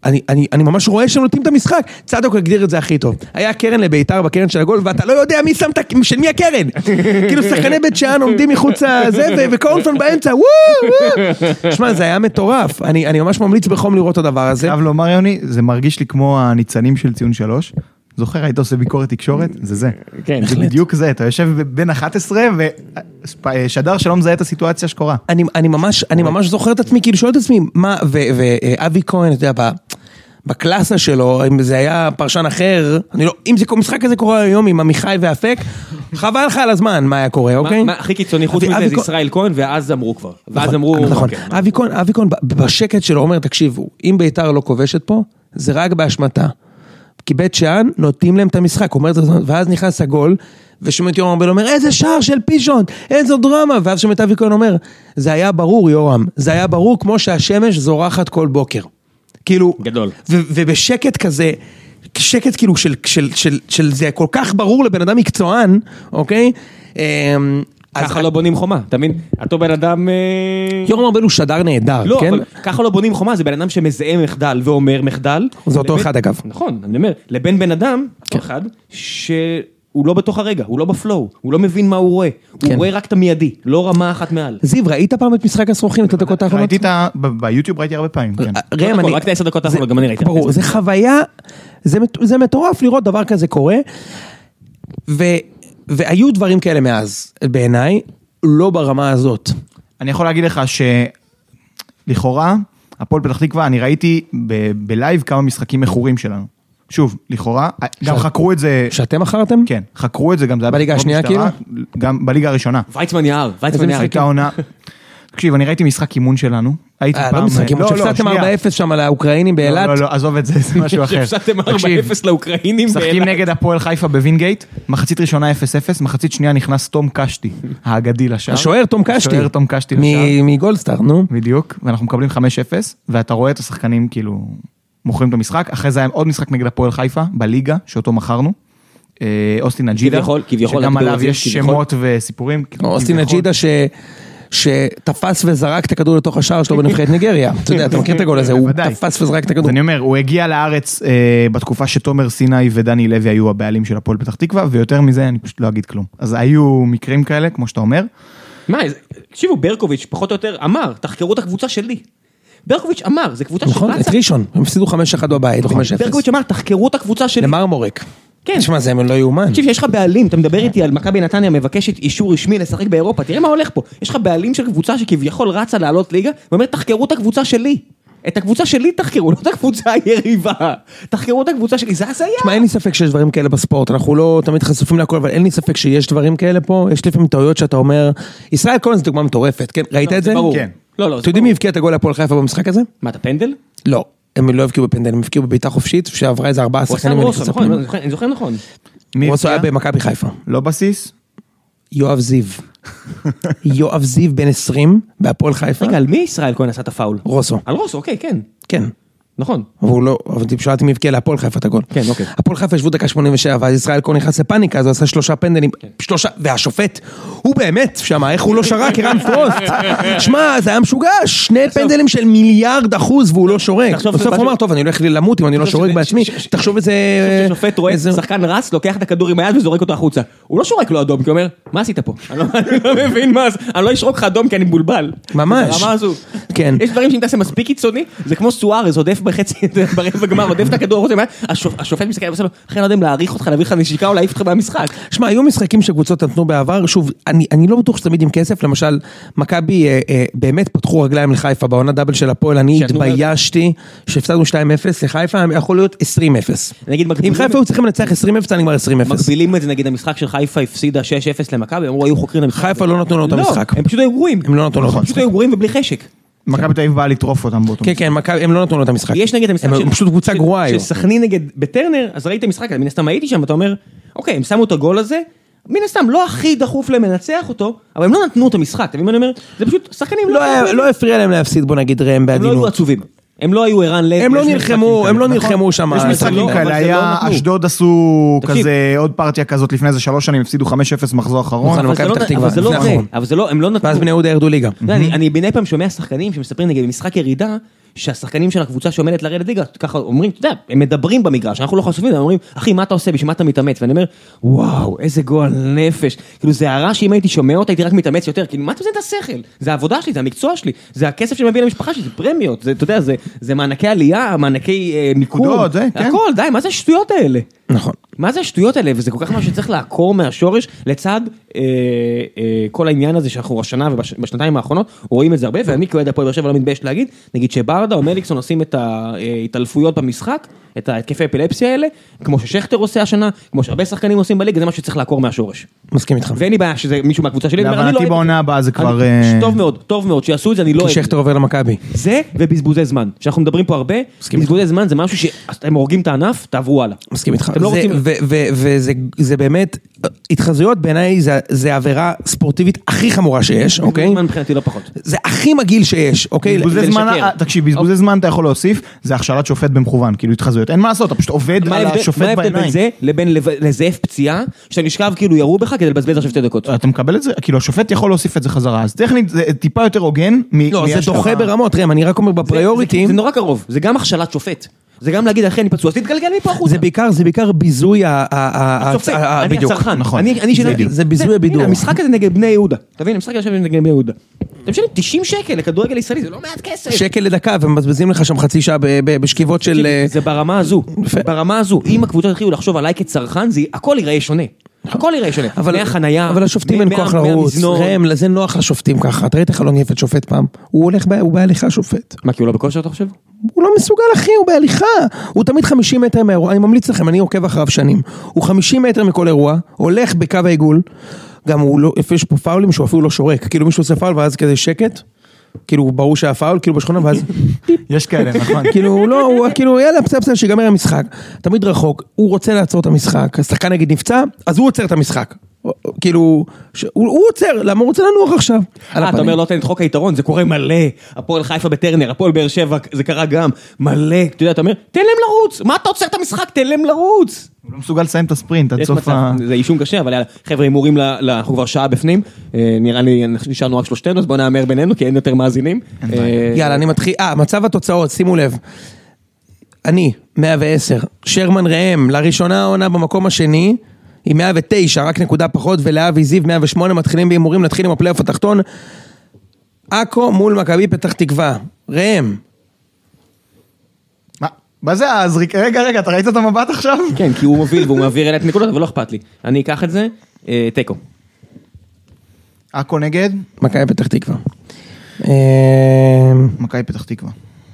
אני ממש רואה שהם נותנים את המשחק, צדוק הגדיר את זה הכי טוב. היה קרן לביתר בקרן של הגול, ואתה לא יודע מי שם של מי הקרן. כאילו שחקני בית שאן עומדים מחוץ לזה, וקורנפון באמצע, וואו. שמע, זה היה מטורף. אני ממש ממליץ בחום לראות את הדבר הזה.
חייב לומר, יוני, זה מרגיש לי כמו הניצנים של ציון 3. זוכר, היית עושה ביקורת תקשורת? זה.
כן,
זה בדיוק זה, אתה יושב בין 11 ושדר שלא מזהה את הסיטואציה שקורה.
אני ממש זוכר את עצמי, כאילו שואל את עצמי, מה, ואבי כהן, אתה יודע, בקלאסה שלו, אם זה היה פרשן אחר, אם זה משחק כזה קורה היום עם עמיחי ואפק, חבל לך על הזמן מה היה קורה, אוקיי?
הכי קיצוני חוץ מזה זה ישראל כהן, ואז אמרו כבר. ואז אמרו...
נכון, אבי כהן בשקט שלו אומר, תקשיבו, אם ביתר לא כובשת פה, זה רק באשמתה. כי בית שאן נותנים להם את המשחק, ואז נכנס הגול, ושומעת יורם ארבל אומר, איזה שער של פישון, איזו דרמה, ואז שומעת אבי כהן אומר, זה היה ברור יורם, זה היה ברור כמו שהשמש זורחת כל בוקר. כאילו,
גדול.
ובשקט כזה, שקט כאילו של זה כל כך ברור לבן אדם מקצוען, אוקיי?
ככה לא בונים חומה, אתה מבין? אותו בן אדם...
יורם ארבל הוא שדר נהדר,
לא,
כן?
אבל ככה לא בונים חומה, זה בן אדם שמזהה מחדל ואומר מחדל.
זה אותו אחד אגב.
נכון, אני אומר, לבין בן אדם, אחד, שהוא לא בתוך הרגע, הוא לא בפלואו, הוא לא מבין מה הוא רואה, הוא רואה רק את המיידי, לא רמה אחת מעל.
זיו, ראית פעם את משחק הסרוכים, את הדקות האחרונות?
ראיתי ביוטיוב, ראיתי הרבה פעמים, כן.
רק את 10 דקות האחרונות, גם אני ראיתי.
ברור, זה חוויה, זה מטורף לראות דבר כזה קורה, והיו דברים כאלה מאז, בעיניי, לא ברמה הזאת.
אני יכול להגיד לך שלכאורה, הפועל פתח תקווה, אני ראיתי בלייב כמה משחקים מכורים שלנו. שוב, לכאורה, גם חקרו את זה...
שאתם אחרתם?
כן, חקרו את זה גם...
בליגה השנייה כאילו?
גם בליגה הראשונה.
ויצמן יער,
תקשיב, אני ראיתי משחק אימון שלנו, הייתי פעם...
לא משחק אימון, שהפסדתם 4-0 שם על האוקראינים באילת.
לא, עזוב את זה, זה משהו אחר.
שהפסדתם 4-0 לאוקראינים באילת.
משחקים נגד הפועל חיפה בווינגייט, מחצית ראשונה 0-0, מחצית שנייה נכנס תום קשתי, האגדי לשער.
השוער תום קשתי. מגולדסטאר, נו.
בדיוק, ואנחנו מקבלים 5-0, ואתה רואה את השחקנים כאילו מוכרים את המשחק, אחרי זה היה עוד משחק נגד הפועל חיפה, בליגה, שאותו מכרנו, אוסטין אג'ידה, שגם עליו יש שמות וסיפורים.
אוסטין אג'ידה שתפס וזרק את הכדור לתוך השער שלו בנבחרת ניגריה. אתה יודע, אתה מכיר את הגול הזה, הוא תפס וזרק את הכדור.
אז אני אומר, הוא הגיע לארץ בתקופה שתומר סיני ודני לוי היו הבעלים של הפועל פתח תקווה, ויותר מזה אני פשוט לא אגיד כלום. אז היו מקרים כאלה, כמו שאתה אומר.
מה, תקשיבו, ברקוביץ' פחות או יותר אמר, תחקרו את הקבוצה שלי. ברקוביץ' אמר, זה קבוצה
נכון, את ראשון, הם הפסידו 5-1 בבית, 5-0.
ברקוביץ' אמר, תחקרו את הקבוצה שלי.
למרמורק.
כן.
תשמע, זה לא יאומן.
תקשיב, יש לך בעלים, אתה מדבר איתי על מכבי נתניה מבקשת אישור רשמי לשחק באירופה, תראה מה הולך פה. יש לך בעלים של קבוצה שכביכול רצה לעלות ליגה, ואומר, תחקרו את הקבוצה שלי. את הקבוצה שלי תחקרו, לא את הקבוצה היריבה. תחקרו את הקבוצה שלי, זה הזיה.
תשמע, אין לי ספק שיש דברים כאלה בספורט, אנחנו לא תמיד חשופים להכל, אבל אין לי ספק שיש דברים כאלה פה, יש לפעמים טעויות שאתה אומר, ישראל כהן זה דוגמה מטורפת, כן? ראית את זה?
כן.
לא,
אתה יודעים מי הבקיע את הגול להפועל חיפה במשחק הזה?
מה, אתה פנדל?
לא, הם לא הבקיעו בפנדל, הם הבקיעו בביתה חופשית, שעברה איזה 4 שחקנים.
אני זוכר נכון.
רוסו היה במכבי חיפה.
לא בסיס?
יואב זיו בן 20 בהפועל חיפה.
רגע, על מי ישראל כהן עשה את הפאול?
רוסו.
על רוסו, אוקיי, כן.
כן.
נכון.
אבל לא, אבל שאלתי מי הבקיע להפועל חיפה את הגול.
כן, אוקיי.
הפועל חיפה ישבו דקה 87, ואז ישראל כהן נכנס לפאניקה, אז הוא עשה 3 פנדלים, 3, והשופט, הוא באמת, שמה, איך הוא לא שרק, ערן פרוסט. שמע, זה היה משוגע, 2 פנדלים של 1,000,000,000%, והוא לא שורק. בסוף הוא אמר, טוב, אני הולך למות אם אני לא שורק בעצמי. תחשוב איזה...
השופט רואה שחקן רץ, לוקח את הכדור עם היד וזורק אותו החוצה. הוא לא שורק לו אדום, כי הוא אומר, מה עשית פה? אני לא מבין מה, אני לא אשרוק לך אדום כי אני מבולבל.
ממש. כן.
יש דברים שאם תעשה מספיק קיצוני, זה כמו סוארז, עודף בחצי, ברבע בגמר, עודף את הכדור, השופט מסתכל ועושה לו, אחרי לא יודעים להעריך אותך, להביא לך נשיקה או להעיף אותך מהמשחק.
שמע, היו משחקים שקבוצות נתנו בעבר, שוב, אני לא בטוח שתמיד עם כסף, למשל, מכבי באמת פתחו רגליים לחיפה, בעונה דאבל של הפועל, אני התביישתי שהפסדנו 2-0 לחיפה, יכול להיות 20-0. אם חיפה היו צריכים לנצח 20-0, אני נגמר 20-0.
מקבילים את זה, נגיד המשחק של חיפה הפסידה 6-0 למכבי, אמרו, היו חוקרים למשחק.
חיפה לא נתנו לו את המשחק.
הם פשוט היו גרועים.
הם לא נתנו לו את המשחק.
פשוט היו גרועים ובלי חשק.
מכבי תל אביב באה לטרוף אותם באותו
משחק. כן, הם לא נתנו לו את המשחק.
יש נגד המשחק
הם פשוט קבוצה גרועה היום.
שסכנין נגד בטרנר, אז ראית המשחק, מן הסתם הייתי שם, ואתה אומר, אוקיי, הם שמו את הגול הזה, מן הסתם לא הכי דחוף להם לנצח אותו, אבל הם לא נתנו את המשחק, אתה מבין מה אני אומר? זה פשוט, שחקנים
לא הפריע להם להפסיד, בוא נגיד רם בעדינות.
הם לא היו עצובים. הם לא היו ערן לב.
הם לא נלחמו שם.
יש משחקים כאלה, היה אשדוד עשו כזה עוד פרטיה כזאת לפני איזה 3 שנים, הפסידו 5-0 מחזור אחרון.
אבל זה לא זה, אבל זה לא, הם לא נתנו.
ואז בני יהודה ירדו ליגה.
אני בני פעם שומע שחקנים שמספרים נגד משחק ירידה, שהשחקנים של הקבוצה שעומדת לרדת ליגה, ככה אומרים, אתה יודע, הם מדברים במגרש, אנחנו לא חשופים, הם אומרים, אחי, מה אתה עושה, בשביל מה אתה מתאמץ? ואני אומר, וואו, איזה גועל נפש. כאילו, זה הרע שאם הייתי שומע אותה, הייתי רק מתאמץ יותר, כאילו, מה אתה עושה את השכל? זה העבודה שלי, זה המקצוע שלי, זה הכסף שמביא למשפחה שלי, זה פרמיות, זה, אתה יודע, זה מענקי עלייה, מענקי מיקור, הכל, די, מה זה השטויות האלה?
נכון.
מה זה השטויות האלה? וזה כל כך משהו שצריך לעקור מהשורש, לצד כל העניין הזה שאנחנו השנה ובשנתיים האחרונות, רואים את זה הרבה, ואני כאוהד הפועל באר שבע לא מתבייש להגיד, נגיד שברדה או מליקסון עושים את ההתעלפויות במשחק, את ההתקפי אפילפסיה האלה, כמו ששכטר עושה השנה, כמו שהרבה שחקנים עושים בליגה, זה משהו שצריך לעקור מהשורש.
מסכים איתך.
ואין לי בעיה שזה מישהו מהקבוצה שלי,
להבנתי בעונה הבאה זה כבר...
טוב מאוד, שיעשו את זה, אני לא...
כי שכטר עובר למכבי.
זה ובזבוזי זמן. שאנחנו מדברים פה הרבה, בזבוזי זמן זה משהו שאתם הורגים את הענף, תעברו הלאה.
מסכים איתך. וזה באמת, התחזויות בעיניי זה עבירה ספורטיבית הכי חמורה שיש, אוקיי?
בזבוזי זמן מבחינתי לא פחות.
זה הכי מגיל שיש, אוקיי?
תקשיב, בזבוזי זמן אתה יכול להוסיף, זה הכשלת שופט במכוון, כאילו התחזויות, אין מה לעשות, אתה פשוט עובד על השופט בעיניים.
מה ההבדל בין זה לבין לזייף פציעה, שאתה נשכב כאילו ירו בך כדי לבזבז עכשיו 2 דקות?
אתה מקבל את זה? כאילו השופט יכול להוסיף את זה חזרה, אז טכנית זה טיפה יותר הוגן.
לא, זה דוחה ברמות, רם, אני רק אומר בפריוריטים.
זה נורא קרוב, זה גם הכשלת שופט. זה גם להגיד, אחי, אני פצוע, אז תתגלגל מפה החוצה.
זה בעיקר ביזוי
השופט, אני הצרכן.
זה ביזוי הבידור.
המשחק הזה נגד בני יהודה. תבין, המשחק הזה נגד בני יהודה. אתם משלמים 90 שקל לכדורגל ישראלי, זה לא מעט כסף.
שקל לדקה, ומבזבזים לך שם חצי שעה בשכיבות של...
זה ברמה הזו. אם הקבוצות התחילו לחשוב עליי כצרכן, הכל ייראה שונה. הכל יראה שונה.
אבל השופטים אין כוח לרוץ. רם, זה נוח לשופטים ככה. אתה ראית איך לא ניפת שופט פעם? הוא בהליכה שופט.
מה, כי הוא לא בכושר, אתה חושב?
הוא לא מסוגל, אחי, הוא בהליכה. הוא תמיד 50 מטר מהאירוע. אני ממליץ לכם, אני עוקב אחריו שנים. הוא 50 מטר מכל אירוע, הולך בקו העיגול. גם הוא לא, יש פה פאולים שהוא אפילו לא שורק. כאילו מישהו עושה פאול ואז כזה שקט. כאילו ברור שהפאול, כאילו בשכונה, ואז...
יש כאלה, נכון.
כאילו, לא, הוא כאילו, יאללה, בסדר, שיגמר המשחק. תמיד רחוק, הוא רוצה לעצור את המשחק. השחקן נגיד נפצע, אז הוא עוצר את המשחק. כאילו, הוא עוצר, למה הוא רוצה לנוח עכשיו?
אתה אומר, לא תן את חוק היתרון, זה קורה מלא. הפועל חיפה בטרנר, הפועל באר שבע, זה קרה גם. מלא, אתה יודע, אתה אומר, תן להם לרוץ. מה אתה עוצר את המשחק? תן להם לרוץ.
הוא לא מסוגל לסיים את הספרינט עד סוף ה...
זה אישום קשה, אבל יאללה, חבר'ה, הימורים, אנחנו כבר שעה בפנים, נראה לי, נשארנו רק שלושתנו, אז בואו נאמר בינינו, כי אין יותר מאזינים.
יאללה, אני מתחיל, מצב התוצאות, שימו לב. אני, 110, שרמן ראם, לראשונה העונה במקום השני, עם 109, רק נקודה פחות, ולאבי זיו 108, מתחילים בהימורים, נתחיל עם הפלייאוף התחתון, עכו מול מכבי פתח תקווה, ראם.
מה זה הזריק? רגע, אתה ראית את המבט עכשיו?
כן, כי הוא מוביל והוא מעביר אליה את נקודות, אבל לא אכפת לי. אני אקח את זה, טקו.
עכו נגד?
מכבי פתח תקווה.
מכבי פתח תקווה.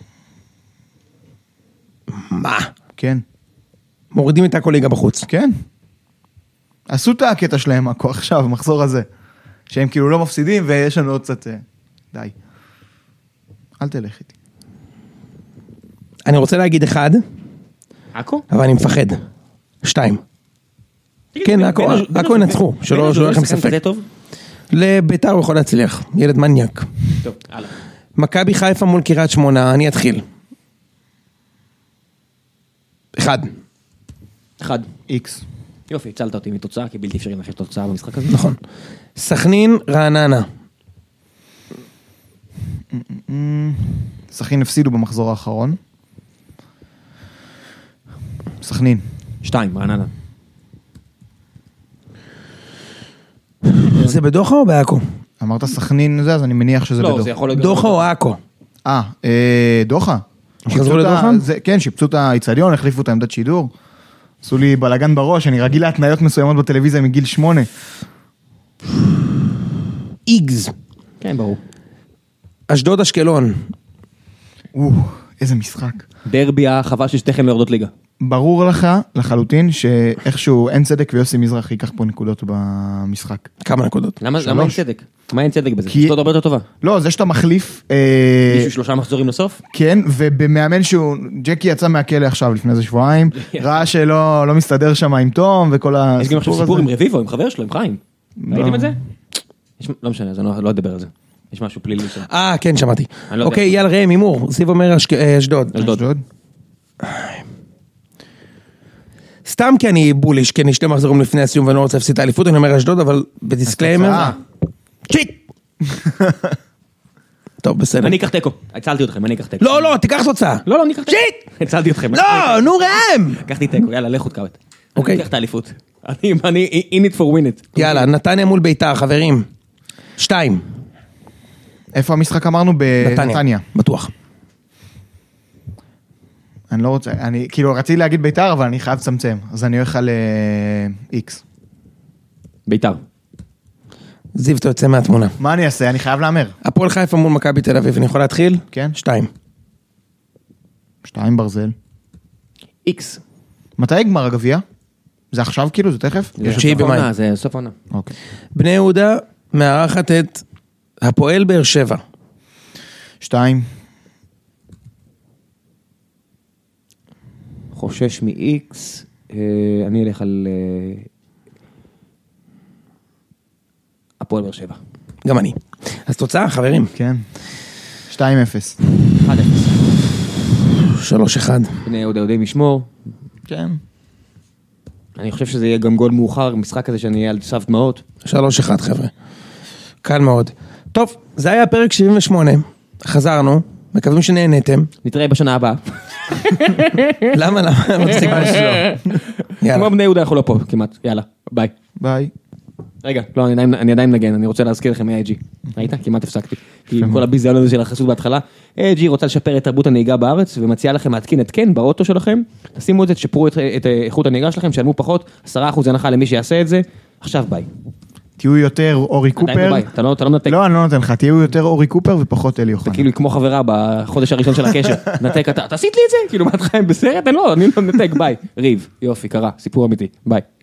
מה?
כן.
מורידים את עכו ליגה בחוץ.
כן. עשו את הקטע שלהם עכו עכשיו, המחזור הזה. שהם כאילו לא מפסידים ויש לנו עוד קצת... די. אל תלך איתי.
אני רוצה להגיד 1.
עכו?
אבל אני מפחד. 2. כן, עכו ינצחו, שלא לכם ספק. לביתר הוא יכול להצליח, ילד מניאק.
טוב, הלאה.
מכבי חיפה מול קריית שמונה, אני אתחיל. 1.
איקס.
יופי, הצלת אותי מתוצאה, כי בלתי אפשרי להחליף תוצאה במשחק הזה.
נכון. סכנין, רעננה.
סכנין הפסידו במחזור האחרון. סכנין.
2, רעננה.
זה בדוחה או בעכו?
אמרת סכנין זה, אז אני מניח שזה בדוחה.
לא, זה יכול להיות...
דוחה או עכו?
דוחה.
חזרו לדוחה?
כן, שיפצו את האיצטדיון, החליפו את העמדת שידור. עשו לי בלגן בראש, אני רגיל להתניות מסוימות בטלוויזיה מגיל 8.
איגז.
כן, ברור.
אשדוד אשקלון.
איזה משחק.
דרבי חבל ששתיכם לא יורדות ליגה.
ברור לך לחלוטין שאיכשהו אין צדק ויוסי מזרחי ייקח פה נקודות במשחק.
כמה נקודות?
למה אין צדק? מה אין צדק בזה? אשדוד הרבה יותר טובה.
לא, זה שאתה מחליף...
מישהו 3 מחזורים לסוף?
כן, ובמאמן שהוא... ג'קי יצא מהכלא עכשיו לפני איזה שבועיים, ראה שלא מסתדר שם עם תום וכל הסיפור הזה.
יש גם עכשיו סיפור עם רביבו, עם חבר שלו, עם חיים. ראיתם את זה? לא משנה, אז אני לא אדבר על זה. יש משהו פלילי שם.
כן, שמעתי. אוקיי, יאללה, ראם, הימור. זיו אומר אשדוד. סתם כי אני בוליש, כי אני 2 מחזורים לפני הסיום ואני לא רוצה להפסיד את האליפות, אני אומר אשדוד, אבל בדיסקליימר... צ'יט! טוב, בסדר.
אני אקח תיקו, הצלתי אתכם, אני אקח תיקו.
לא, תיקח תוצאה.
לא, אני אקח תיקו.
שיט!
הצלתי אתכם.
לא, נו ראם!
לקחתי תיקו, יאללה, לכו תקוות.
אוקיי.
אני אקח את האליפות. אני in it for win it.
יאללה, נתניה מול ביתר, חברים. 2.
איפה המשחק אמרנו? בנתניה.
בטוח.
אני לא רוצה, אני כאילו רציתי להגיד ביתר, אבל אני חייב לצמצם. אז אני הולך על X.
ביתר.
זיו, אתה יוצא מהתמונה.
מה אני אעשה? אני חייב לאמר.
הפועל חיפה מול מכבי תל אביב, אני יכול להתחיל?
כן.
2.
2 ברזל.
X.
מתי גמר הגביע? זה עכשיו כאילו? זה תכף?
זה
תשיעי
סוף
במאי.
העונה, זה סוף העונה.
אוקיי.
בני יהודה מארחת את הפועל באר שבע.
2.
חושש מ-X, אני אלך על הפועל באר שבע.
גם אני. אז תוצאה, חברים.
כן. 2-0.
1-0.
3-1.
בני יהודה יודעים לשמור.
כן.
אני חושב שזה יהיה גם גול מאוחר, משחק כזה שאני אהיה על סף דמעות.
3-1, חבר'ה. קל מאוד. טוב, זה היה פרק 78. חזרנו. מקווים שנהנתם.
נתראה בשנה הבאה.
למה? מצחיק משהו. יאללה.
כמו בני יהודה יכול לא פה כמעט. יאללה, ביי.
ביי.
רגע, לא, אני עדיין מנגן, אני רוצה להזכיר לכם AIG. ראית? כמעט הפסקתי. כי עם כל הביזיון הזה של החסות בהתחלה. AIG רוצה לשפר את תרבות הנהיגה בארץ, ומציעה לכם להתקין התקן באוטו שלכם. תשימו את זה, תשפרו את איכות הנהיגה שלכם, שלמו פחות, 10% הנחה למי שיעשה את זה. עכשיו ביי.
תהיו יותר אורי קופר.
אתה לא מנתק.
לא, אני לא נותן לך. תהיו יותר אורי קופר ופחות אלי אוחנה.
כאילו כמו חברה בחודש הראשון של הקשר. נתק אתה עשית לי את זה? כאילו מה את חיים בסרט? אני לא נתק, ביי. ריב, יופי, קרה, סיפור אמיתי, ביי.